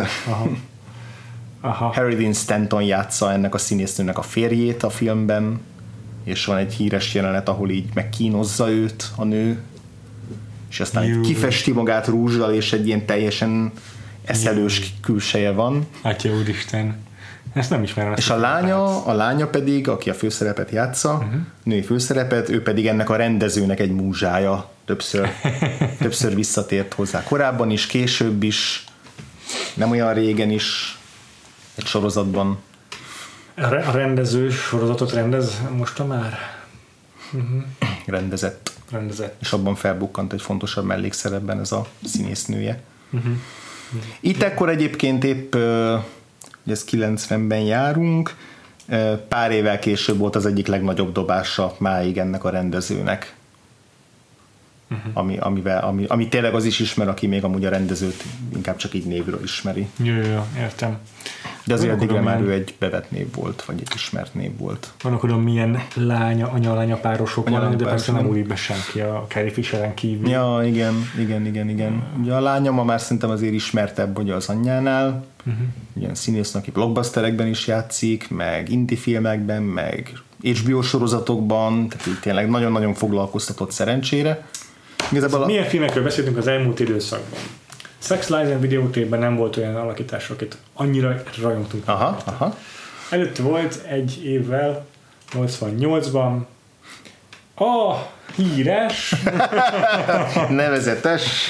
Harry Dean Stanton játsza ennek a színésznőnek a férjét a filmben, és van egy híres jelenet, ahol így megkínozza őt a nő, és aztán kifesti magát rúzsal, és egy ilyen teljesen eszelős külseje van. Atya úristen, ezt nem ismerem. És a lánya pedig, aki a főszerepet játsza, női főszerepet, ő pedig ennek a rendezőnek egy múzsája. Többször visszatért hozzá korábban is, később is, nem olyan régen is, egy sorozatban. A rendező sorozatot rendez most már? Rendezett. És abban felbukkant egy fontosabb mellékszerepben ez a színésznője. Itt ekkor egyébként épp, hogy ez 90-ben járunk, pár évvel később volt az egyik legnagyobb dobása máig ennek a rendezőnek. Ami tényleg az is ismer, aki még amúgy a rendezőt inkább csak így névről ismeri. Jó, értem. De azért addigra már ő egy bevett név volt, vagy egy ismert név volt. Vannak milyen anya-lánya párosok vannak, de persze nem úrik be senki a Carrie Fisheren kívül. Ja, igen. Ugye a lánya ma már szerintem azért ismertebb ugye az anyjánál. Ilyen színész, aki blockbusterekben is játszik, meg indie filmekben, meg HBO sorozatokban, tehát így tényleg nagyon-nagyon foglalkoztatott szerencsére. Milyen filmekről beszéltünk az elmúlt időszakban? Sex, Lies and Videótépben nem volt olyan alakítás, akit annyira rajongtunk. Aha. Előtt volt egy évvel, 88-ban, a híres nevezetes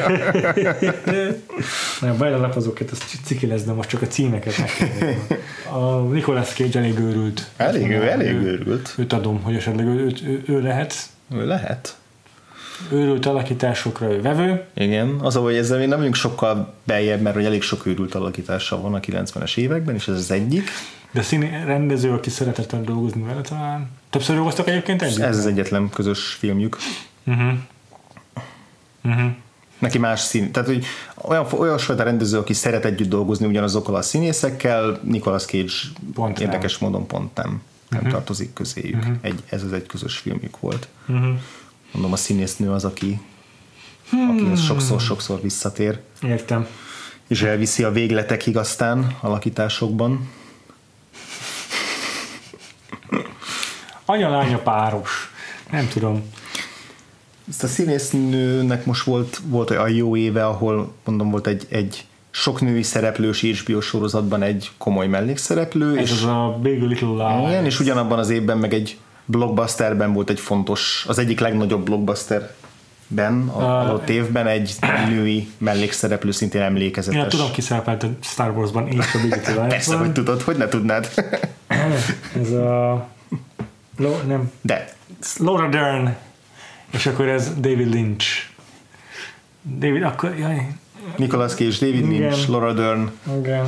nagyon bejlalapozóként, ez ciki lesz, de most csak a címeket megkérdezem. A Nicolas Cage elég őrült. Elég őrült. Őt adom, hogy esetleg ő lehet. Ő lehet. Őrült alakításokra ő vevő. Igen, az, hogy ezzel még nem vagyunk sokkal beljebb, mert hogy elég sok őrült alakítása van a 90-es években, és ez az egyik. De rendező, aki szeretett dolgozni vele talán. Többször dolgoztak egyébként együtt? Ez az egyetlen közös filmjük. Neki más szín. Tehát, hogy olyan fajta rendező, aki szeret együtt dolgozni ugyanazokkal a színészekkel, Nicolas Cage pont érdekes módon pont nem tartozik közéjük. Ez az egy közös filmjük volt. Mondom, a színésznő az, aki sokszor visszatér. Értem. És elviszi a végletekig aztán alakításokban. Anya-lánya páros. Nem tudom. Ezt a színésznőnek most volt a jó éve, ahol mondom, volt egy sok női szereplős HBO sorozatban egy komoly mellékszereplő. Ez és az a Big Little Lies. Igen, és ugyanabban az évben meg egy blockbusterben volt egy fontos, az egyik legnagyobb blockbusterben adott évben egy női mellékszereplő, szintén emlékezetes. Ja, tudom, ki szerepelt a Star Warsban és a Big Little Lies-ban. Persze, hogy tudod, hogy ne tudnád. Ez a... nem. De. Laura Dern. És akkor ez David Lynch. David, akkor... Jaj. Nicolas Cage, David Lynch, igen. Laura Dern. Igen.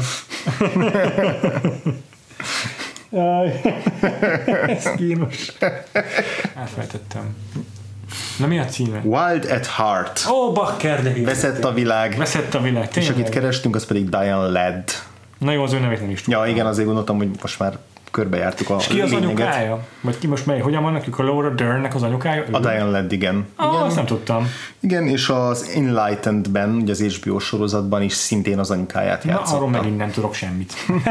Jaj. Ez kínos. Elfelejtettem. Na mi a címe? Wild at Heart. Ó, bakker, de Veszett a világ. Veszett a világ, tényleg. És akit kerestünk, az pedig Diane Ladd. Na jó, az ő nevét nem is tudom. Ja, igen, azért gondoltam, hogy most már körbejártuk a és ki az anyukája? Vagy ki most mely? Hogyan vannak? A Laura Dernnek az anyukája? A Diane Ladd, igen. Igen. Azt nem tudtam. Igen, és az Enlightened-ben, ugye az HBO sorozatban is szintén az anyukáját játszotta. Na, arról megint nem tudok semmit.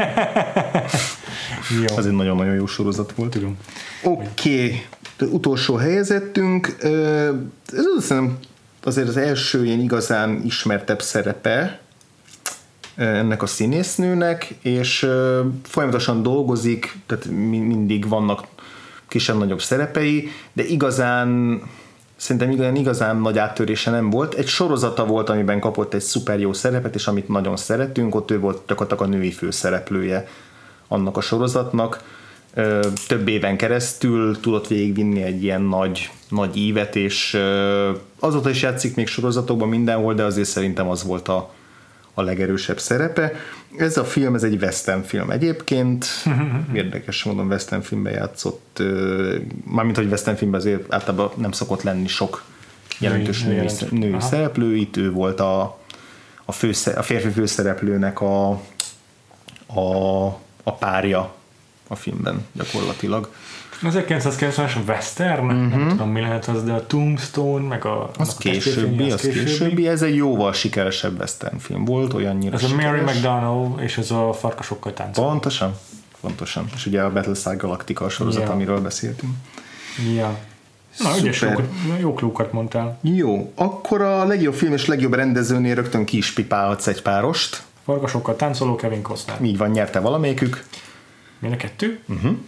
Jó. Az egy nagyon-nagyon jó sorozat volt. Tudom. Oké. Utolsó helyezettünk. Ez szerintem azért az első ilyen igazán ismertebb szerepe ennek a színésznőnek, és folyamatosan dolgozik, tehát mindig vannak kisebb-nagyobb szerepei, de szerintem igazán nagy áttörése nem volt. Egy sorozata volt, amiben kapott egy szuper jó szerepet, és amit nagyon szeretünk, ott ő volt gyakorlatilag a női főszereplője annak a sorozatnak. Több éven keresztül tudott végigvinni egy ilyen nagy ívet, és azóta is játszik még sorozatokban mindenhol, de azért szerintem az volt a legerősebb szerepe. Ez a film, ez egy western film egyébként. Érdekes módon western filmben játszott, mármint, hogy western filmben azért általában nem szokott lenni sok jelentős női szereplő. Itt ő volt a férfi főszereplőnek a párja a filmben gyakorlatilag. 1990-es western, nem tudom mi lehet az, de a Tombstone, meg az későbbi, ez egy jóval sikeresebb western film volt, olyannyira ez sikeres. A Mary McDonnell és ez a farkasokkal táncol. Pontosan. És ugye a Battlestar Galactica a sorozat, amiről beszéltünk. Ja. Na, ügyes, jó klókat mondtál. Jó, akkor a legjobb film és legjobb rendezőnél rögtön ki is pipálhatsz egy párost. Farkasokkal táncoló, Kevin Costner. Így van, nyerte valamelyikük. Mind a kettő?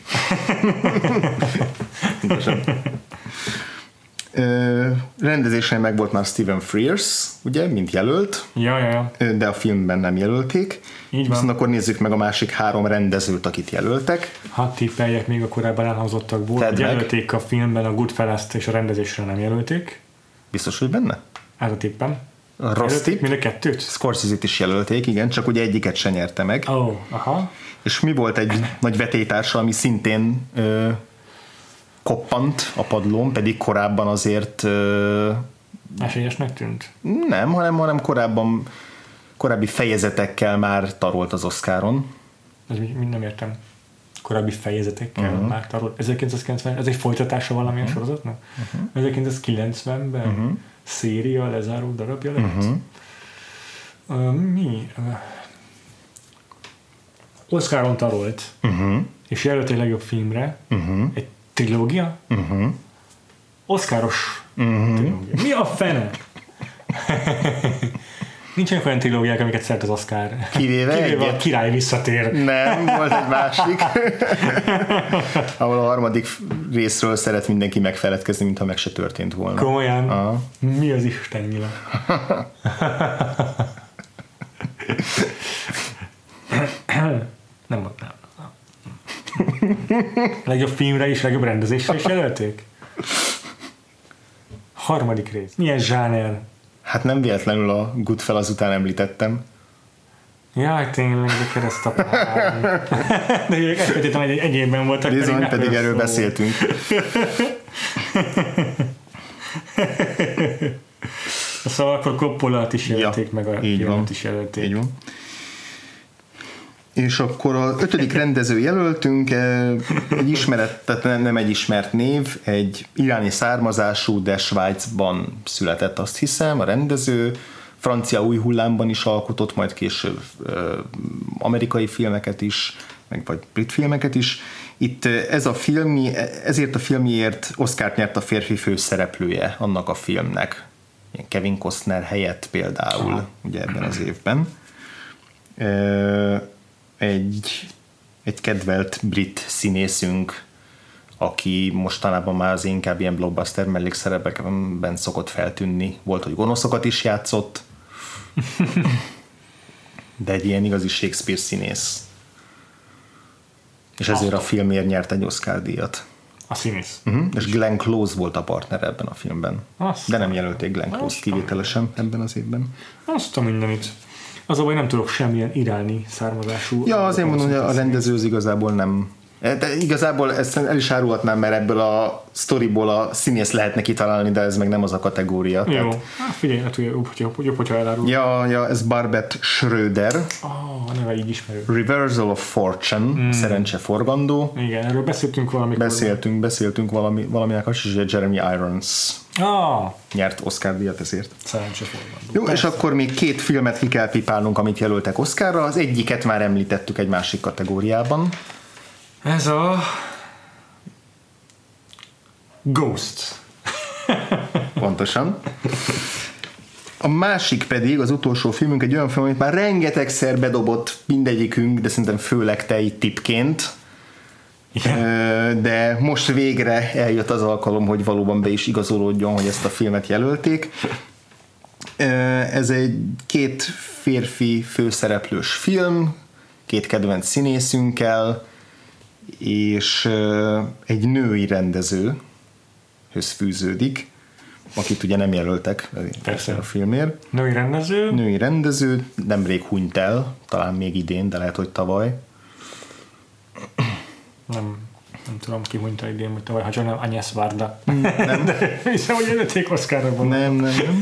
Rendezésen meg volt már Stephen Frears, ugye, mint jelölt. Ja. De a filmben nem jelölték. Így van. Viszont akkor nézzük meg a másik 3 rendezőt, akit jelöltek. Hadd tippeljek még a korábban elhangzottakból. Jelölték a filmben a Goodfellas-t, és a rendezésre nem jelölték. Biztos, hogy benne? Ez a tippem. Rossz tipp. Mind a kettőt? Scorsese-t is jelölték, igen, csak ugye egyiket se nyerte meg. Aha. És mi volt egy nagy vetélytársa, ami szintén koppant a padlón, pedig korábban azért... Esélyesnek tűnt? Nem, hanem korábbi fejezetekkel már tarolt az Oscaron. Ez nem értem. Korábbi fejezetekkel már tarolt. 1990, ez egy folytatása valamilyen sorozatnak? 1990-ben széria lezáró darabja lett? Mi? Oscaron tarolt, és jelölt egy legjobb filmre, egy trilógia, Oscaros trilógia. Mi a fene? Nincsenek olyan trilógiák, amiket szeret az Oscar. Kivéve a Király visszatér. Nem, volt egy másik. Ahol a harmadik részről szeret mindenki megfeledkezni, mintha meg se történt volna. Komolyan? Mi az Isten nyila? Nem. Legjobb filmre is, legjobb rendezésre is jelölték? Harmadik rész. Milyen zsáner? Hát nem véletlenül a Goodfellas után említettem. Jaj, tényleg, de keresztapám. De ők elfelejtettem, hogy egyébben voltak. Bizony, pedig erről beszéltünk. Szóval akkor Coppolát is jelölték, meg a filmet is jelölték. Így van. És akkor az 5. rendező jelöltünk, egy ismeret, tehát nem egy ismert név, egy iráni származású, de Svájcban született, azt hiszem, a rendező. Francia új hullámban is alkotott, majd később amerikai filmeket is, meg vagy brit filmeket is. Itt ezért a filmért Oscart nyert a férfi főszereplője annak a filmnek. Kevin Costner helyett például, ugye ebben az évben. Egy kedvelt brit színészünk, aki mostanában már az inkább ilyen blockbuster mellékszerepekben szokott feltűnni. Volt, hogy gonoszokat is játszott, de egy ilyen igazi Shakespeare színész. És ezért a filmért nyert egy Oscar-díjat. A színész. És Glenn Close volt a partner ebben a filmben. De nem jelölték Glenn Close-t kivételesen ebben az évben. Azt a mindenit. Az a baj, nem tudok semmilyen iráni származású. Ja, azért mondom, hogy a rendező az igazából nem. De igazából ezt el is árulhatnám, mert ebből a sztoriból a színész lehetne kitalálni, de ez meg nem az a kategória. Jó, tehát... hát figyelj, hát jobb, hogyha elárul. Ja, ez Barbet Schröder. A neve így ismerő. Reversal of Fortune, szerencse forgandó. Igen, erről beszéltünk valamikor. Beszéltünk valaminek, az is, hogy Jeremy Irons nyert Oscar-díjat ezért. Szerencse forgandó. Jó, persze. És akkor még 2 filmet ki kell pipálnunk, amit jelöltek Oscarra. Az egyiket már említettük egy másik kategóriában. Ez a Ghost. Pontosan. A másik pedig, az utolsó filmünk egy olyan film, amit már rengetegszer bedobott mindegyikünk, de szerintem főleg te itt tippként. De most végre eljött az alkalom, hogy valóban be is igazolódjon, hogy ezt a filmet jelölték. Ez egy 2 férfi főszereplős film, 2 kedvenc színészünkkel, és egy női rendezőhöz fűződik, akit ugye nem jelöltek persze a filmért. Női rendező, nemrég hunyt el, talán még idén, de lehet, hogy tavaly. Nem tudom, ki hunyt el idén, vagy tavaly, ha csak nem Agnes Varda. Nem. De hiszem, hogy jelölték Oscarra. Nem.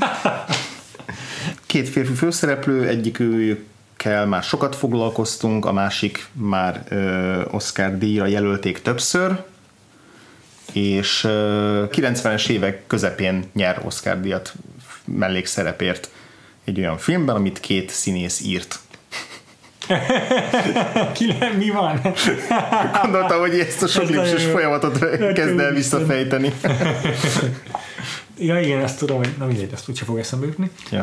2 férfi főszereplő, egyikükkel már sokat foglalkoztunk, a másik már Oscar díjra jelölték többször, és 90-es évek közepén nyer Oscar díjat mellékszerepért egy olyan filmben, amit 2 színész írt. Mi van? Gondoltam, hogy ezt a sok lépcsős folyamatot kezd el visszafejteni. Ja, igen, ezt tudom, hogy na mindegy, ezt úgyse fog eszembe jutni. Ja.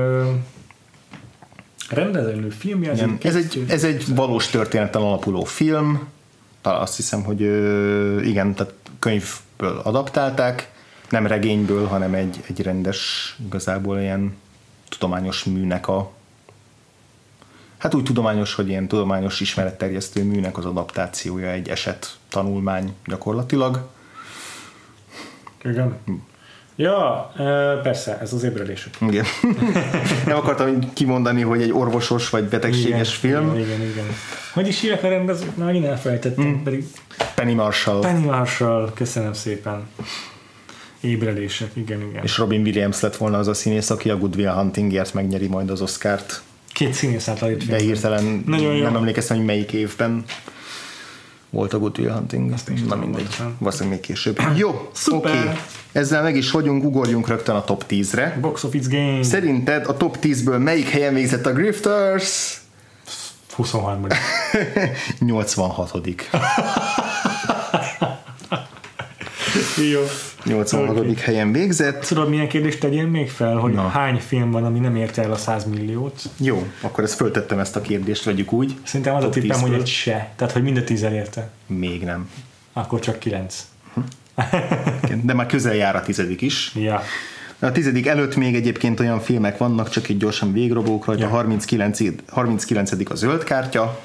Rendezelő filmje. Ez egy valós történeten alapuló film. Talán azt hiszem, hogy igen, tehát könyvből adaptálták, nem regényből, hanem egy rendes, igazából ilyen tudományos műnek hát úgy tudományos, hogy ilyen tudományos ismeretterjesztő műnek az adaptációja, egy eset tanulmány gyakorlatilag. Igen. Ja, persze, ez az ébredésük. Igen. Nem akartam kimondani, hogy egy orvosos vagy betegséges film. Igen. Hogy is hívják a rendezőt? Már én elfelejtettem, pedig... Penny Marshall, köszönöm szépen. Ébredések, igen. És Robin Williams lett volna az a színész, aki a Good Will Huntingért megnyeri majd az Oscart. 2 színész által itt. De hirtelen nem emlékeztem, hogy melyik évben volt a Good Will Hunting. Na mindegy, valószínűleg még később. Jó, oké. Ezzel meg is vagyunk, ugorjunk rögtön a top 10-re. Box Office Game. Szerinted a top 10-ből melyik helyen végzett a Grifters? 23. 86. Jó. 86. helyen végzett. Tudod, milyen kérdést tegyél még fel, hogy hány film van, ami nem érte el a 100 milliót? Jó, akkor ezt föltettem, ezt a kérdést, vegyük úgy. Szerintem az a tippem, hogy egy se. Tehát, hogy mind a 10 elérte. Még nem. Akkor csak 9. De már közel jár a 10. is. Ja. A 10. előtt még egyébként olyan filmek vannak, csak így gyorsan végrobók rajta. Ja. 39. a Zöld kártya.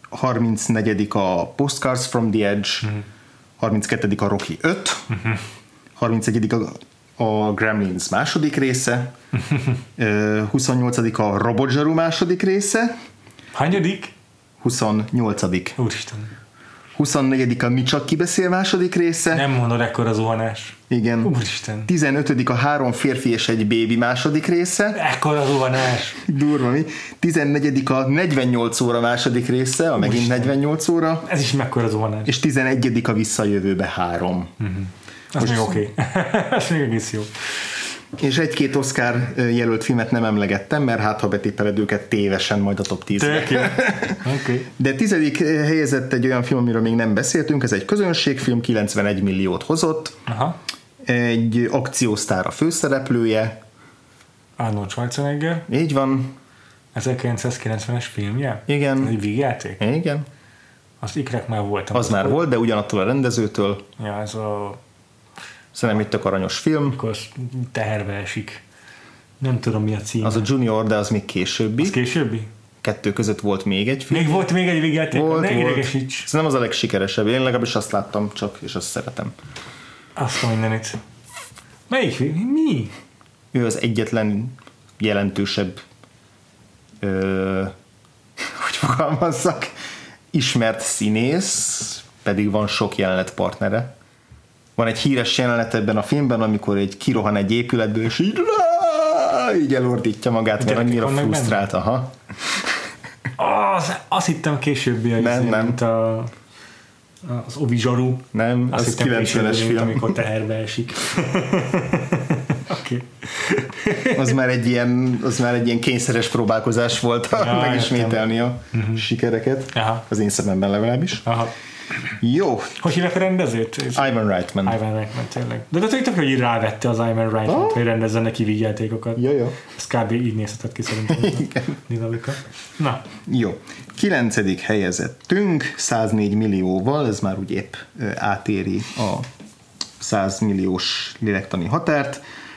34. a Postcards from the Edge. 32. a Rocky 5. 31. a Gremlins második része, 28. a Robot Zsaru második része, Hányadik? 28. Úristen. 24. a Mi csak kibeszél második része. Nem mondod, ekkora zuhanás. Igen. Úristen. 15. a 3 férfi és egy bébi második része. Ekkora zuhanás. Durva mi. 14. a 48 óra második része, a megint 48 óra. Ez is mekkora zuhanás. És 11. a Visszajövőbe 3. Az még oké. Ez még egész jó. És egy-két Oscar jelölt filmet nem emlegettem, mert hát ha betépeled őket tévesen majd a top 10-be. Okay. De 10. helyezett egy olyan film, amiről még nem beszéltünk, ez egy közönségfilm, 91 milliót hozott. Aha. Egy akciósztár a főszereplője. Arnold Schwarzenegger. Így van. 1990-es filmje? Igen. Egy vígjáték? Igen. Az ikrek már voltam. Az már volt, de ugyanattól a rendezőtől. Ja, ez a... Szerintem egy tök aranyos film. Mikor teherbe esik. Nem tudom, mi a cím. Az a Junior, de az még későbbi. Az későbbi? Kettő között volt még egy film. Még volt még egy vígjáték? Volt. Idegesíts. Szerintem az a legsikeresebb. Én legalábbis azt láttam csak, és azt szeretem. Azt a mindenit. Melyik film? Mi? Ő az egyetlen jelentősebb hogy fogalmazzak, ismert színész, pedig van sok jelenet partnere. Van egy híres jelenet ebben a filmben, amikor egy kirohan egy épületből, és így elordítja magát, mert annyira frusztrált. Aha. Azt hittem későbbi, nem. Mint az Obi Zsaru. Nem, azt az 90-es film. Amikor teherbe esik. Okay. Az már egy ilyen kényszeres próbálkozás volt megismételni a sikereket. Aha. Az én szememben legalábbis. Aha. Jó. Hogy hívják a rendezőt? Ivan Reitman. Ivan Reitman, tényleg. De tök, hogy így rávette az Ivan Reitman, hogy rendezzen neki vígjátékokat. Jó. Ez kb. Így nézhetett ki szerintem. Dinamika. Na. Jó. 9. helyezettünk 104 millióval, ez már úgy épp átéri a 100 milliós lélektani határt.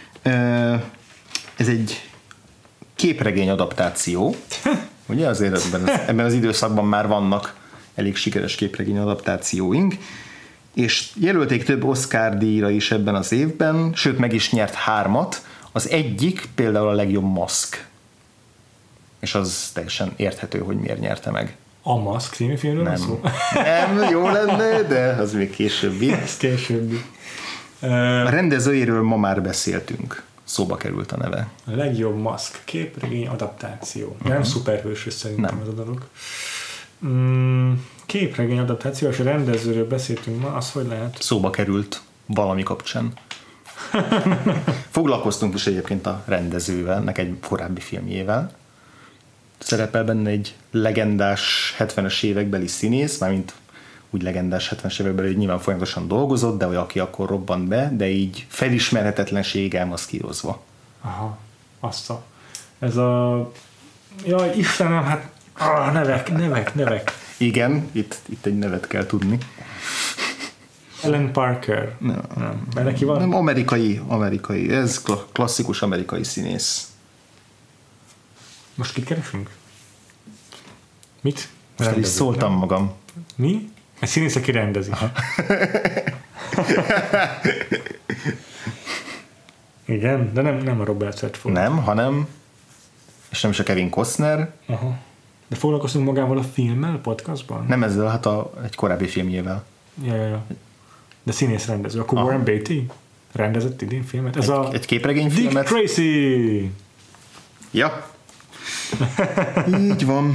Ez egy képregény adaptáció. Ugye azért ebben az időszakban már vannak elég sikeres képregény adaptációink, és jelölték több Oscar díjra is ebben az évben, sőt meg is nyert 3. Az egyik például a legjobb Mask. És az teljesen érthető, hogy miért nyerte meg. A Mask című filmről nem. Szó? Nem, jó lenne, de az még későbbi. Ez későbbi. A rendezőjéről ma már beszéltünk. Szóba került a neve. A legjobb Mask képregény adaptáció. Nem szuperhős szerintem ez a dolog. Képregény adaptáció, és a rendezőről beszéltünk ma, az hogy lehet? Szóba került valami kapcsán. Foglalkoztunk is egyébként a rendezővel, nek egy korábbi filmjével. Szerepel benne egy legendás 70-es évekbeli színész, mármint úgy legendás 70-es évekbeli, hogy nyilván folyamatosan dolgozott, de aki akkor robbant be, de így felismerhetetlenséggel maszkírozva. Aha, ez a... Jaj, Istenem, hát nevek. Igen, itt egy nevet kell tudni. Alan Parker. Nem. Mert neki van? Nem, amerikai. Ez klasszikus amerikai színész. Most kit keresünk? Mit? Most is szóltam magam. Mi? Egy színész, aki rendezi. Igen, de nem a Robert Redford. Nem, hanem és nem is a Kevin Costner. Aha. De foglalkoztunk magával a filmmel a podcastban? Nem ezzel, hát egy korábbi filmjével. Ja. De színész rendező. Akkor Warren Beatty rendezett idén filmet? Ez egy képregényfilmet. Dick Tracy! Ja. Így van.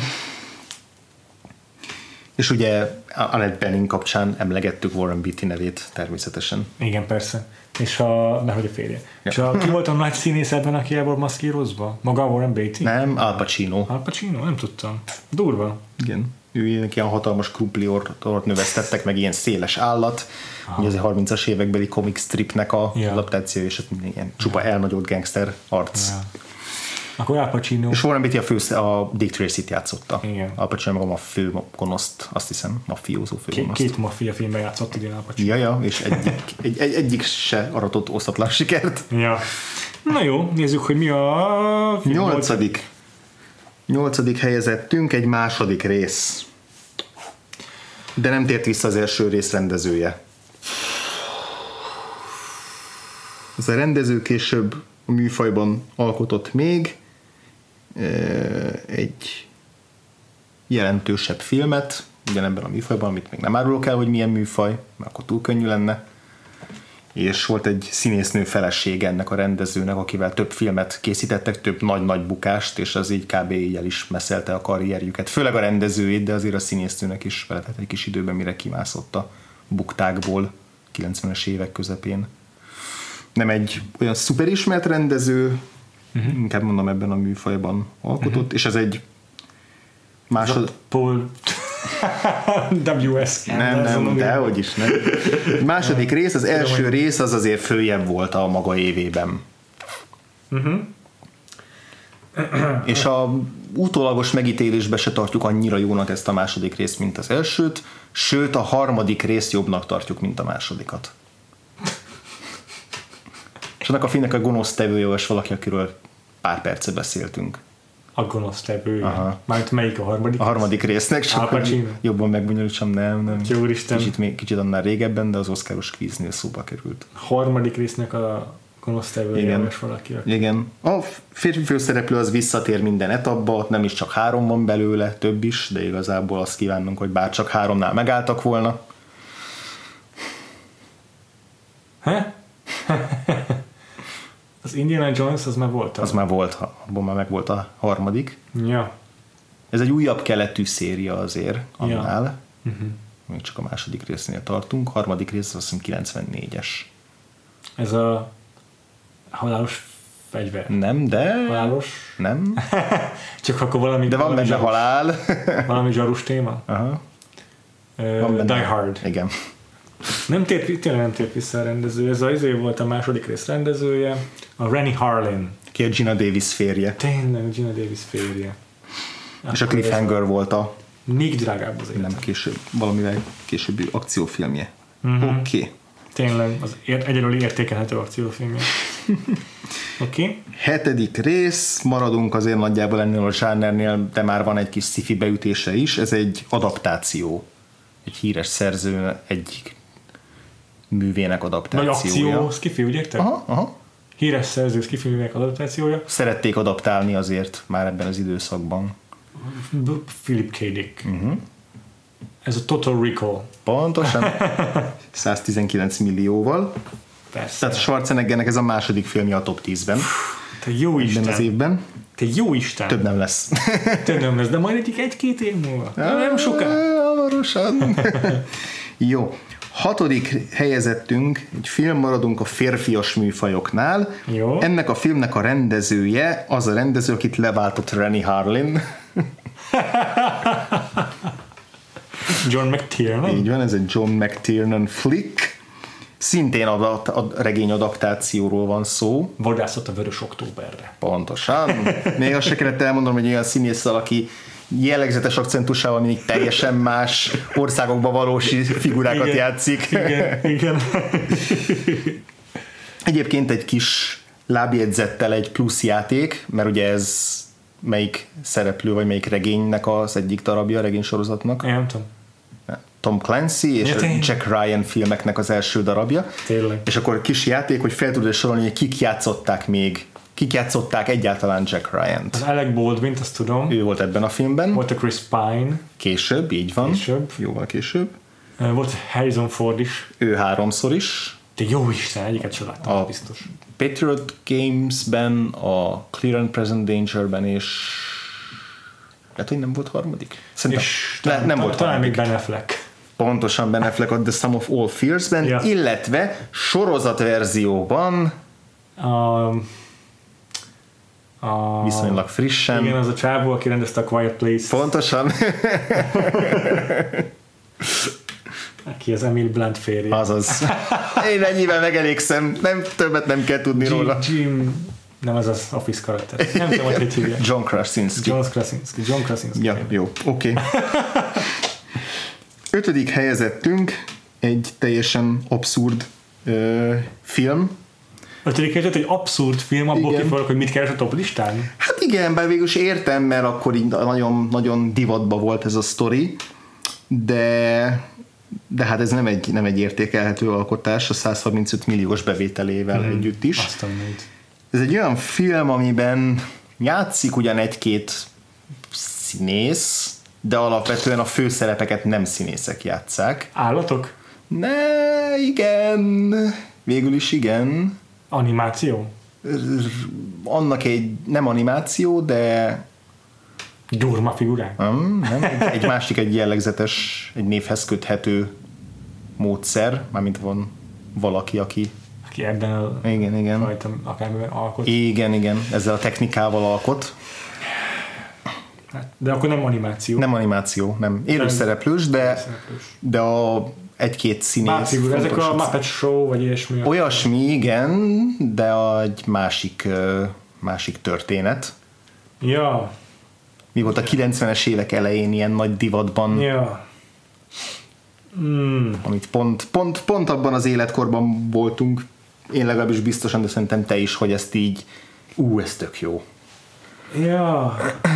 És ugye Annette Bening kapcsán emlegettük Warren Beatty nevét természetesen. Igen, persze. És nehogy a férje. Ja. És ki volt a nagy színész ebben, aki el volt maszkírozva? Maga Warren Beatty? Nem, Al Pacino. Al Pacino? Nem tudtam. Durva. Igen. Ő ilyen hatalmas krumpliort növesztettek, meg ilyen széles állat. Ugye ez a 30-as évekbeli comic stripnek a adaptáció, és ilyen csupa elnagyolt gangster arc. Ja. Akkor Al Pacino... És Warren Beatty a Dick Tracy-t játszotta. Igen. Al Pacino meg a fő gonoszt, azt hiszem, mafiózó főgonoszt. Két maffia filmben játszott idén Al Pacino. Ja, és egyik se aratott osztatlan sikert. Ja. Na jó, nézzük, hogy mi a... 8. helyezettünk, egy második rész. De nem tért vissza az első rész rendezője. Ez a rendező később a műfajban alkotott még egy jelentősebb filmet, ugyanebben a műfajban, amit még nem árulok el, hogy milyen műfaj, mert akkor túl könnyű lenne. És volt egy színésznő felesége ennek a rendezőnek, akivel több filmet készítettek, több nagy-nagy bukást, és az így kb. Így el is messzelte a karrierjüket. Főleg a rendezőjét, de azért a színésznőnek is beletett egy kis időben, mire kimászott a buktákból 90-es évek közepén. Nem egy olyan szuper ismert rendező, inkább mondom ebben a műfajban alkotott, és ez egy Paul W.S. Nem, dehogy is nem. Második rész, az első rész az azért följebb volt a maga évében. És a utólagos megítélésbe se tartjuk annyira jónak ezt a második részt, mint az elsőt, sőt a harmadik részt jobbnak tartjuk, mint a másodikat. És annak a filmnek a gonosztevője az valaki, akiről pár perce beszéltünk. A gonosztevője. Mármint melyik a harmadik? A harmadik résznek, csak jobban megbonyolítsam, nem. Kicsit annál régebben, de az Oscaros kvíznél szóba került. A harmadik résznek a gonosztevője és valaki. Igen. A férfi főszereplő az visszatér minden etapba, nem is csak 3 van belőle, több is, de igazából azt kívánunk, hogy bár csak 3-nál megálltak volna. Az Indiana Jones az már volt? Az már volt, abban már meg volt a harmadik. Ja. Ez egy újabb keletű széria azért annál. Még csak a második résznél tartunk. A harmadik rész azt hiszem 94-es. Ez a halálos fegyver. Nem, de... Halálos? Nem. Csak akkor valami... De van benne halál. Valami zsarus téma? Aha. Van benne. Die Hard. Igen. Tényleg nem tért vissza a rendező. Ez az volt a második rész rendezője. A Rennie Harlin. Ki a Gina Davis férje. Tényleg, a Gina Davis férje. És a Cliffhanger volt a... Még drágább az élet. Nem később, valamivel későbbi akciófilmje. Oké. Tényleg, az egyedüli értékelhető akciófilmje. Oké. 7. rész, maradunk azért nagyjából ennél a zsánernél, de már van egy kis sci-fi beütése is. Ez egy adaptáció. Egy híres szerző egyik művének adaptációja. Nagy akció, skifi, úgy érted? Aha. Híres szerző skifi művének adaptációja. Szerették adaptálni azért már ebben az időszakban. Philip K. Dick. Ez a Total Recall. Pontosan. 119 millióval. Persze. Tehát Schwarzeneggernek ez a második filmje a top 10-ben. Te jó Isten. Ebben az évben. Te jó Isten. Több nem lesz. De majd egyik 1-2 év múlva. Nem soká. Hamarosan. Jó. 6. helyezettünk, egy film, maradunk a férfias műfajoknál. Jó. Ennek a filmnek a rendezője az a rendező, akit leváltott Rennie Harlin. John McTiernan. Így van, ez egy John McTiernan flick. Szintén a regény adaptációról van szó. Vadászat a Vörös Októberre. Pontosan. Még azt se kellett elmondanom, hogy olyan színésszel, aki jellegzetes akcentusával mindig teljesen más országokban valós figurákat játszik. Igen. Egyébként egy kis lábjegyzettel egy plusz játék, mert ugye ez melyik szereplő, vagy melyik regénynek az egyik darabja, a regénysorozatnak? Nem tudom. Tom Clancy és a Jack Ryan filmeknek az első darabja. Tényleg. És akkor kis játék, hogy fel tudod sorolni, hogy kik játszották egyáltalán Jack Ryant. Az Alec Baldwin, azt tudom. Ő volt ebben a filmben. Volt a Chris Pine. Később, így van. Jóval később. Volt Harrison Ford is. Ő 3-szor is. De jó Isten, egyiket sem láttam, biztos. Patriot Games-ben, a Clear and Present Danger-ben és lehet, hogy nem volt harmadik? Szerintem nem volt talán harmadik. Még Ben Affleck. Pontosan Ben Affleck a The Sum of All Fears-ben, illetve sorozatverzióban viszonylag frissen. Igen, az a csávó, aki rendezte a Quiet Place. Pontosan. Aki az Emil Blunt férje. Azaz. Én ennyivel megelégszem, többet nem kell tudni róla. Jim, nem az az Office karakter. Nem tudom, hogy hívják. John Krasinski. John Krasinski. Ja, jó, oké. 5. helyezettünk egy teljesen abszurd film. 5. helyezett egy abszurd film, abból kifolyólag, hogy mit keres a top listán? Hát igen, bár végül is értem, mert akkor így nagyon, nagyon divatba volt ez a sztori, de de hát ez nem egy értékelhető alkotás a 135 milliós bevételével együtt is. Ez egy olyan film, amiben játszik ugyan egy-két színész, de alapvetően a főszerepeket nem színészek játsszák. Állatok? Igen. Végül is igen. Animáció? Annak nem animáció, de Durma figurák? Nem. Egy másik, egy jellegzetes, egy névhez köthető módszer, mármint van valaki, aki ebben a igen. fajta akármiben alkot. Igen, ezzel a technikával alkot. De akkor nem animáció. Nem animáció, nem. Élőszereplős, de a egy-két színész. Ezek a Muppet Show, vagy ilyesmi. Olyasmi, igen, de egy másik történet. Ja. Mi volt a 90-es évek elején ilyen nagy divatban. Ja. Amit pont abban az életkorban voltunk, én legalábbis biztosan, de szerintem te is, hogy ezt így, ez tök jó. Ja.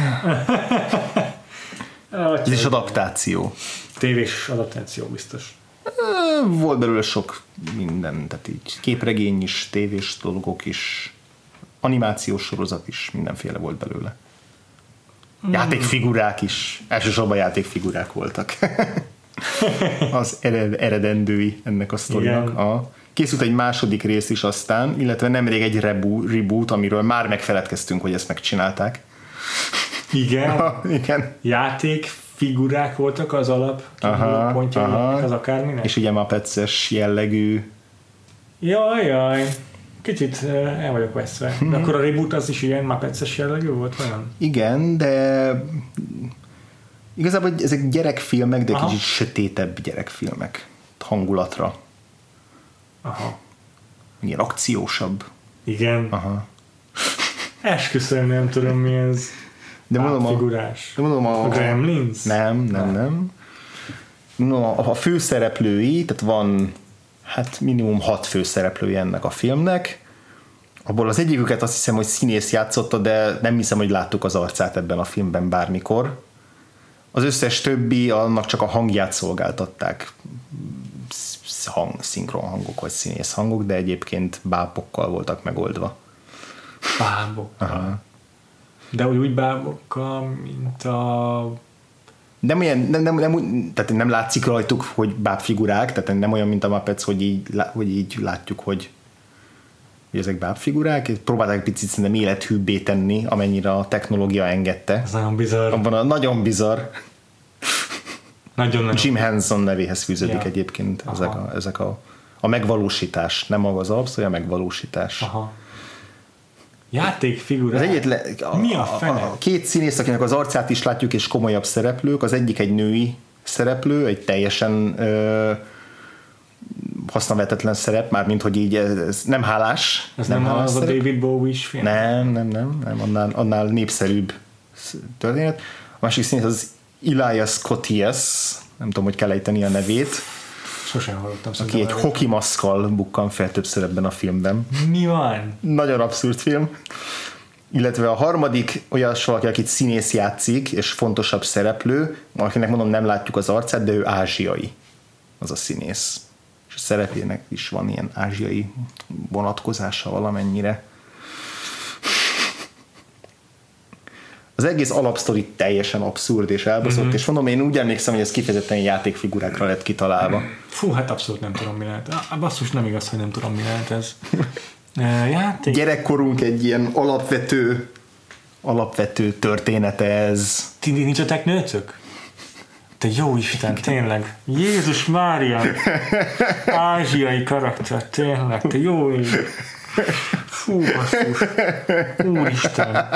Ez is adaptáció. Tévés adaptáció biztos. Volt belőle sok minden, tehát így képregény is, tévés dolgok is, animációs sorozat is, mindenféle volt belőle. Játékfigurák is, elsősorban játékfigurák voltak. Az eredendői ennek a sztorinak. Készült egy második rész is aztán, illetve nemrég egy reboot, amiről már megfeledkeztünk, hogy ezt megcsinálták. Igen? Igen. Játékfigurák voltak az alap pontja, az akárminek? És ugye Muppets-es jellegű. Jaj. Kicsit el vagyok veszve. De akkor a reboot az is ilyen Muppets-es jellegű volt, olyan? Igen, de igazából ezek gyerekfilmek, de kicsit sötétebb gyerekfilmek hangulatra. Aha. Ilyen akciósabb. Igen. Aha. Esküszöm, nem tudom mi ez. De mondom a Gremlins? Nem. A főszereplői, tehát van minimum 6 főszereplője ennek a filmnek. Abból az egyiküket azt hiszem, hogy színész játszotta, de nem hiszem, hogy láttuk az arcát ebben a filmben bármikor. Az összes többi, annak csak a hangját szolgáltatták. Szinkron hangok vagy színész hangok, de egyébként bábokkal voltak megoldva. Bábokkal? Aha. De úgy bábokkal, mint a... Tehát nem látszik rajtuk, hogy bábfigurák, tehát nem olyan, mint a Muppets, hogy így látjuk, hogy ezek bábfigurák. Próbálták picit szerintem élethűbbé tenni, amennyire a technológia engedte. Ez nagyon bizarr. Abban nagyon bizarr. Nagyon. Jim Henson nevéhez fűződik egyébként ezek a megvalósítás, nem maga az alapszó, a megvalósítás. Aha. Játékfigurák? Mi a fene? A két színész, akinek az arcát is látjuk, és komolyabb szereplők, az egyik egy női szereplő, egy teljesen hasznavetetlen szerep, mármint, hogy így ez nem hálás. Ez nem hálás az szerep. A David Bowie-s film? Nem, annál népszerűbb történet. A másik színész az Elias Koteas, nem tudom, hogy kell ejteni a nevét. Sosem hallottam. Aki egy hoki maszkkal bukkan fel többször ebben a filmben. Mi van? Nagyon abszurd film. Illetve a harmadik olyas valaki, akit színész játszik, és fontosabb szereplő, akinek mondom nem látjuk az arcát, de ő ázsiai. Az a színész. És a szerepének is van ilyen ázsiai vonatkozása valamennyire. Az egész alapsztori teljesen abszurd és elbaszott, és mondom, én úgy emlékszem, hogy ez kifejezetten játékfigurákra lett kitalálva. Fú, hát abszolút nem tudom, mi lehet. Basszus, nem igaz, hogy nem tudom, mi lehet ez. Játék. Gyerekkorunk egy ilyen alapvető története ez. Ti nincs a teknőcök? Te jó Isten, tényleg. Jézus Mária! Ázsiai karakter, tényleg. Te jó Isten. Fú, basszus. Úristen.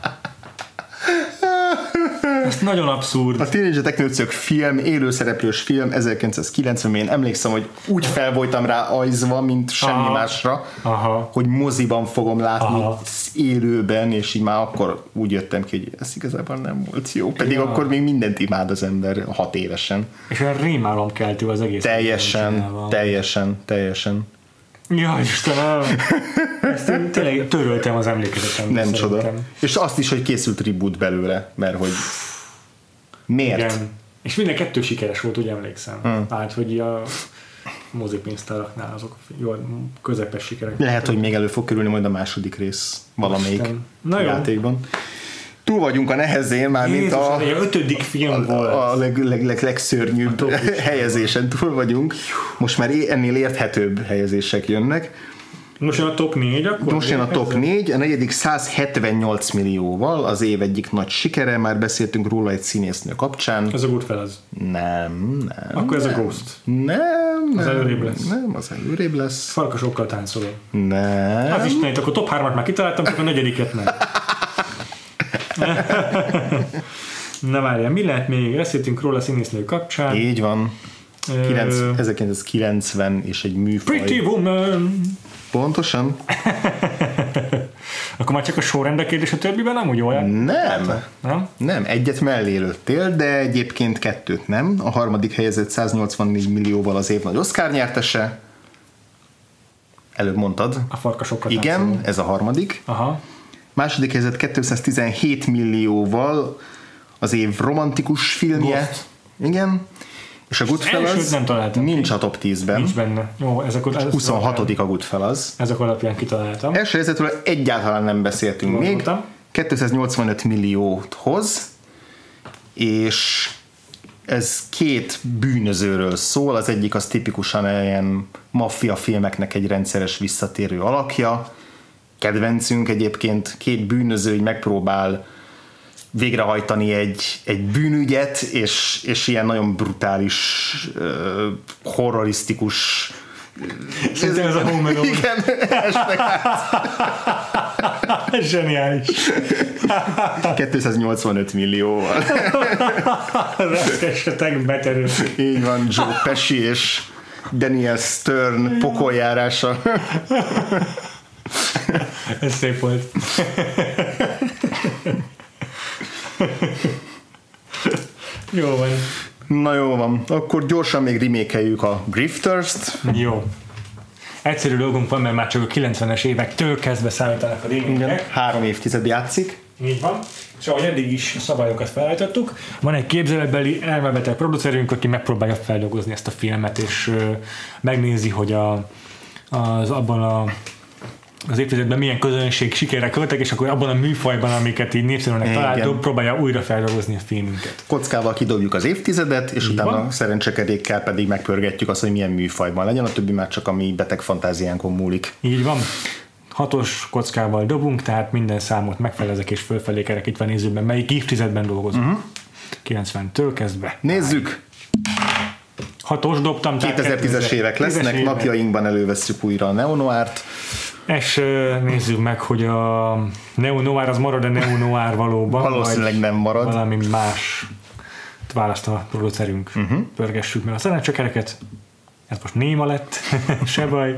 Ez nagyon abszurd. A Teenage Technőcök film, élőszereplős film, 1990-ben én emlékszem, hogy úgy fel voltam rá ajzva, mint semmi másra, hogy moziban fogom látni élőben, és így már akkor úgy jöttem ki, hogy ez igazából nem volt jó. Pedig akkor még mindent imád az ember 6 évesen. És olyan rémálomkeltő az egész. Teljesen. Ja, Istenem! Ezt én tényleg töröltem az emlékezetem. Nem csoda. És azt is, hogy készült reboot belőle, mert hogy miért? Igen. És minden 2 sikeres volt, úgy emlékszem. Hát, hogy a mozipénztáraknál azok jó, közepes sikerek. Lehet, hogy még elő fog kerülni majd a második rész valamelyik játékban. Túl vagyunk a nehezén, már mint a 5. film volt. A legszörnyűbb helyezésen túl vagyunk. Most már ennél érthetőbb helyezések jönnek. Most jön a top 4 akkor? Most jön a top 4, a negyedik 178 millióval, az év egyik nagy sikere, már beszéltünk róla egy színésznő kapcsán. Ez a Goodfellas. Nem. Akkor ez a Ghost. Nem. Az előrébb lesz. Nem, az előrébb lesz. Farkasokkal táncoló. Nem. Hát Istenit, akkor top 3-at már kitaláltam, csak a 4-et nem. Na várjál, mi lehet még? Beszéltünk róla a színésznő kapcsán. Így van. 1990 és egy műfaj. Pretty Woman! Pontosan. Akkor már csak a sorrendbe kérdés a többiben nem úgy olyan? Nem, egyet mellé lőttél, de egyébként 2 nem. A harmadik helyezett 184 millióval az év nagy Oscar nyertese. Előbb mondtad. A farkasokkal igen, táncoló. ez a harmadik. Aha. Második helyezett 217 millióval az év romantikus filmje. Ghost. Igen. És a Goodfellas nincs a top 10-ben. Nincs benne. Jó, ez akkor, 26. a Goodfellas. Ezek alapján kitaláltam. Első helyzetről egyáltalán nem beszéltünk Gondoltam. még. 285 milliót hoz, és ez 2 bűnözőről szól. Az egyik az tipikusan ilyen maffia filmeknek egy rendszeres visszatérő alakja. Kedvencünk egyébként, 2 bűnöző így megpróbál végrehajtani egy bűnügyet, és ilyen nagyon brutális, horrorisztikus. Szerintem ez a Home Alone. Igen, esnek át. Zseniális. 285 millióval. Reszkessetek beterül. Így van, Joe Pesci és Daniel Stern pokoljárása. Ez szép volt. Jó van. Na jó van, akkor gyorsan még remake-eljük a Grifters-t. Jó. Egyszerű dolgunk van, mert már csak a 90-es évektől kezdve számítanak a remake-ek. 3 évtized játszik. Így van. És ahogy eddig is szabályokat felállítottuk, van egy képzeletbeli elmebeteg producerünk, aki megpróbálja feldolgozni ezt a filmet, és megnézi, hogy abban az évtizedben milyen közönség sikerre költek, és akkor abban a műfajban, amiket így népszerűnek találtuk, próbálja újra feldolgozni a filmünket. Kockával kidobjuk az évtizedet, és így utána van. szerencsekerékkel pedig megpörgetjük azt, hogy milyen műfajban legyen, a többi már csak a mi beteg fantáziánkon múlik. Így van. 6-os kockával dobunk, tehát minden számot megfelezek és fölfelé kerekítve nézőben, melyik évtizedben dolgozunk. 90-től kezdve. Nézzük! 6-os dobtam. 2010-es évek lesznek, napjainkban elővesszük újra a neo-noirt. És nézzük meg, hogy a neo-noir az marad a neo-noir valóban. Valószínűleg nem marad. Valami más választ a producerünk. Pörgessük meg a szerencsekereket. Ez most néma lett, se baj.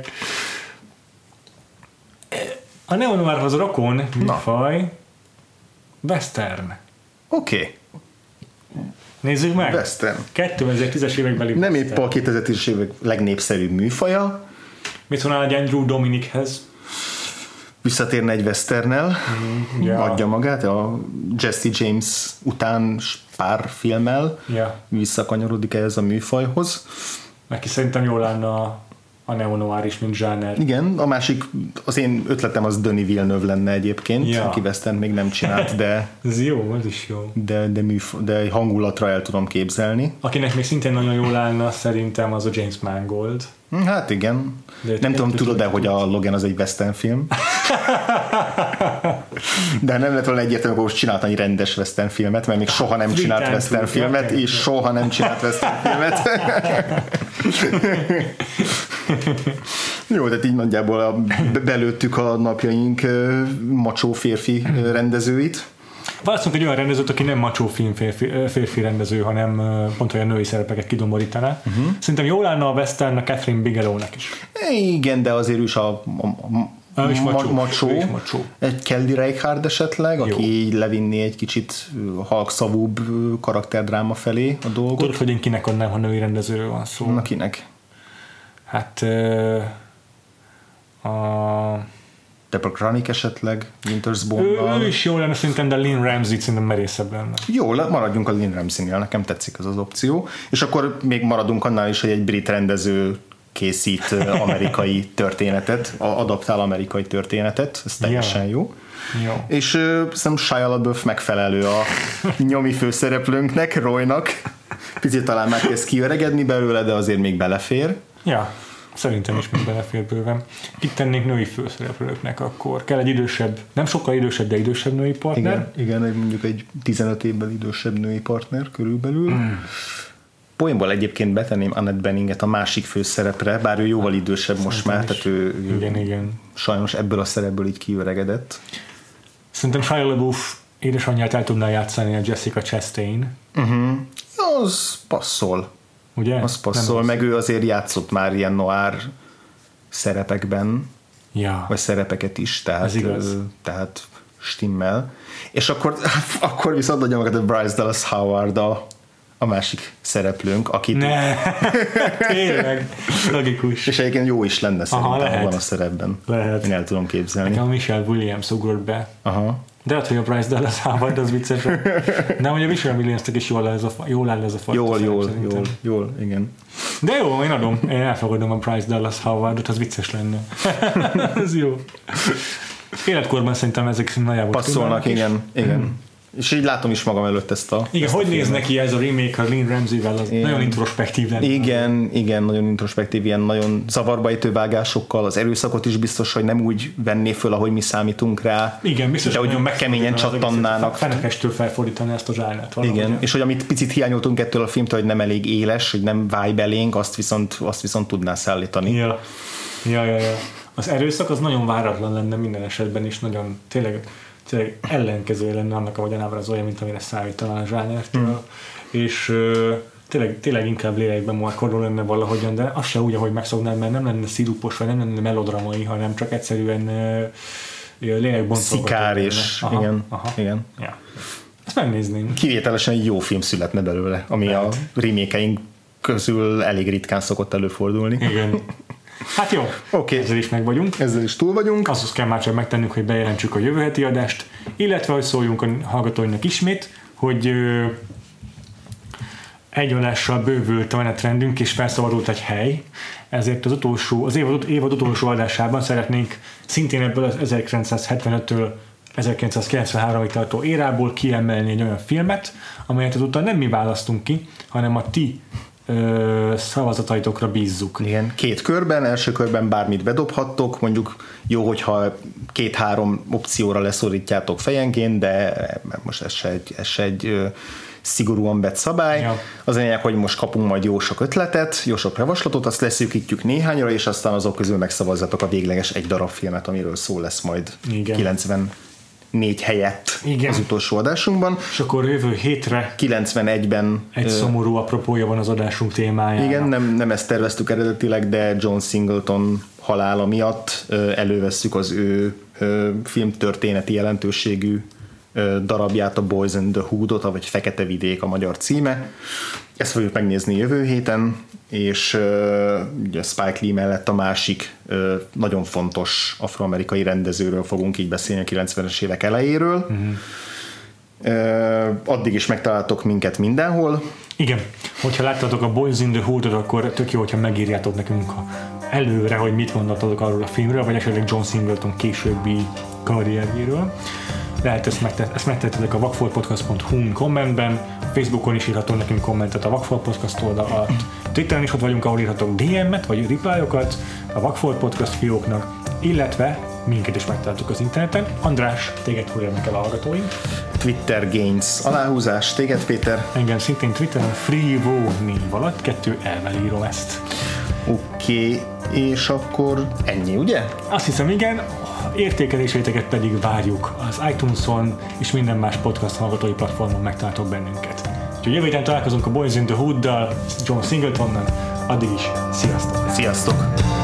A neo-noirhoz rokon műfaj western. Oké. Nézzük meg. Western. 2010-es évekbeli Nem épp a 2010-es évek legnépszerűbb műfaja. Mit szólnál egy Andrew Dominikhez? Visszatérne egy westernnel, adja magát, a Jesse James után pár filmmel visszakanyarodik ehhez a műfajhoz. Neki szerintem jól állna a neo-noir is, mint zsáner. Igen, a másik, az én ötletem az Denis Villeneuve lenne egyébként, aki western még nem csinált, de ez jó, ez is jó. De hangulatra el tudom képzelni. Akinek még szintén nagyon jól állna szerintem az a James Mangold. Hát igen. Nem tudom, tudod-e, hogy a Logan az egy western film? De nem lett volna egyértelmű, hogy most csinált annyi rendes western filmet, mert még soha nem csinált western filmet, és soha nem csinált western filmet. Jó, tehát így nagyjából belőttük a napjaink macsó férfi rendezőit. Választunk egy olyan rendezőt, aki nem macsó film férfi rendező, hanem pont olyan női szerepeket kidomborítaná. Szerintem jól állna a western a Catherine Bigelownek is. Igen, de azért is a macsó. Egy Kelly Reichardt esetleg, aki így levinni egy kicsit halkszavúbb karakterdráma felé a dolgot. Tudod, hogy én kinek adnám, ha női rendezőről van szó? Na, kinek? Hát Deborah Granick esetleg, Winter's Bone-nal. Ő is jó lenne szerintem, de Lynn Ramsey szerintem merészebb lenne. Jó, maradjunk a Lynn Ramsey-nél, nekem tetszik ez az opció. És akkor még maradunk annál is, hogy egy brit rendező készít amerikai történetet, adaptál amerikai történetet, ez teljesen jó. És szerintem Shia LaBeouf megfelelő a nyomi főszereplőnknek, Roynak. Picit talán már kezd kiöregedni belőle, de azért még belefér. Ja, szerintem is még belefér bőven. Itt tennénk női főszereplőknek, akkor kell egy idősebb, nem sokkal idősebb, de idősebb női partner. Igen, mondjuk egy 15 évvel idősebb női partner körülbelül. Poénból egyébként betenném Annette Beninget a másik főszerepre, bár ő jóval idősebb most már, tehát ő igen. sajnos ebből a szerepből így kiöregedett. Szerintem Shia LaBeouf édesanyját el tudná játszani a Jessica Chastain. Az passzol. Ugye? Az passzol, meg ő azért játszott már ilyen noir szerepekben, vagy szerepeket is, tehát stimmel. És akkor viszont adja magad a Bryce Dallas Howard a másik szereplőnk, akit... Tényleg, logikus. És egyébként jó is lenne szerintem abban a szerepben. Lehet. Én el tudom képzelni. Nekem a Michelle Williams ugrott be. Aha. De hát, hogy a Bryce Dallas Howard, az vicces. Nem, hogy a Michelle Williamsnek is jól áll ez a fajta Jól, igen. De jó, én elfogadom a Bryce Dallas Howardot, az vicces lenne. Ez jó. Életkorban szerintem ezek nagyjából passzolnak, igen. És így látom is magam előtt ezt a... Igen, hogy néz neki ez a remake a Lynn Ramsey-vel, az nagyon introspektív lenne. Igen, nagyon introspektív, ilyen nagyon zavarba ejtő vágásokkal, az erőszakot is biztos, hogy nem úgy venné föl, ahogy mi számítunk rá. Igen, biztos, de hogy keményen csattannának. Fenekestől felfordítani ezt a zsálnát. Igen, és hogy amit picit hiányoltunk ettől a filmtől, hogy nem elég éles, hogy nem váj belénk, azt viszont tudná szállítani. Ja. Az erőszak az nagyon váratlan lenne minden esetben is, nagyon tényleg ellenkező lenne annak, ahogyan ábrázolja, mint amire számítaná a zsánertől, és tényleg inkább lélekben markoló lenne valahogyan, de az se úgy, ahogy megszoknám, mert nem lenne szirupos, vagy nem lenne melodramai, hanem csak egyszerűen lélekbontolgató. Szikár és igen. Ja. Ezt megnézném. Kivételesen egy jó film születne belőle, ami a remake-eink közül elég ritkán szokott előfordulni. Igen. Hát jó, ezzel is meg vagyunk. Ezzel is túl vagyunk. Azt kell már csak megtennünk, hogy bejelentsük a jövő heti adást, illetve hogy szóljunk a hallgatóinak ismét, hogy egy adással bővült a menetrendünk, és felszabadult egy hely, ezért az évad utolsó adásában szeretnénk szintén ebből az 1975-től 1993-ig tartó érából kiemelni egy olyan filmet, amelyet azután nem mi választunk ki, hanem a ti szavazataitokra bízzuk. Igen, 2 körben, első körben bármit bedobhattok, mondjuk jó, hogyha 2-3 opcióra leszorítjátok fejenként, de most ez se egy szigorúan vett szabály. Ja. Az lényeg, hogy most kapunk majd jó sok ötletet, jó sok javaslatot, azt leszűkítjük néhányra, és aztán azok közül megszavazzatok a végleges egy darab filmet, amiről szó lesz majd 94 helyett az utolsó adásunkban. És akkor jövő hétre 91-ben egy szomorú apropója van az adásunk témájának. Igen, nem ezt terveztük eredetileg, de John Singleton halála miatt elővesszük az ő filmtörténeti jelentőségű darabját, a Boys in the Hoodot, vagy Fekete vidék a magyar címe. Ezt fogjuk megnézni jövő héten, és ugye Spike Lee mellett a másik nagyon fontos afroamerikai rendezőről fogunk így beszélni a 90-es évek elejéről. Addig is megtaláltok minket mindenhol. Igen, hogyha láttatok a Boys in the Hoodot, akkor tök jó, hogyha megírjátok nekünk előre, hogy mit mondatotok arról a filmről, vagy esetleg John Singleton későbbi karrierjéről. Lehet ezt megtettetek a vakfoltpodcast.hu kommentben, Facebookon is írhatunk nekünk kommentet a Vakfolt Podcast oldal alatt, Twitteren is ott vagyunk, ahol írhatok DM-et vagy replyokat a Vakfolt Podcast fióknak, illetve minket is megtaláltuk az interneten. András, téged hol érnek el a hallgatóink? Twitter Gains aláhúzás, téged Péter? Engem szintén Twitteren Freevo név alatt, 2 elvel írom ezt. Oké, és akkor ennyi, ugye? Azt hiszem, igen. Értékeléséteket pedig várjuk az iTunes-on és minden más podcast hallgatói platformon megtaláltok bennünket. Úgyhogy jövő héten találkozunk a Boys in the Hood-dal, John Singletonnal. Addig is, sziasztok! Sziasztok!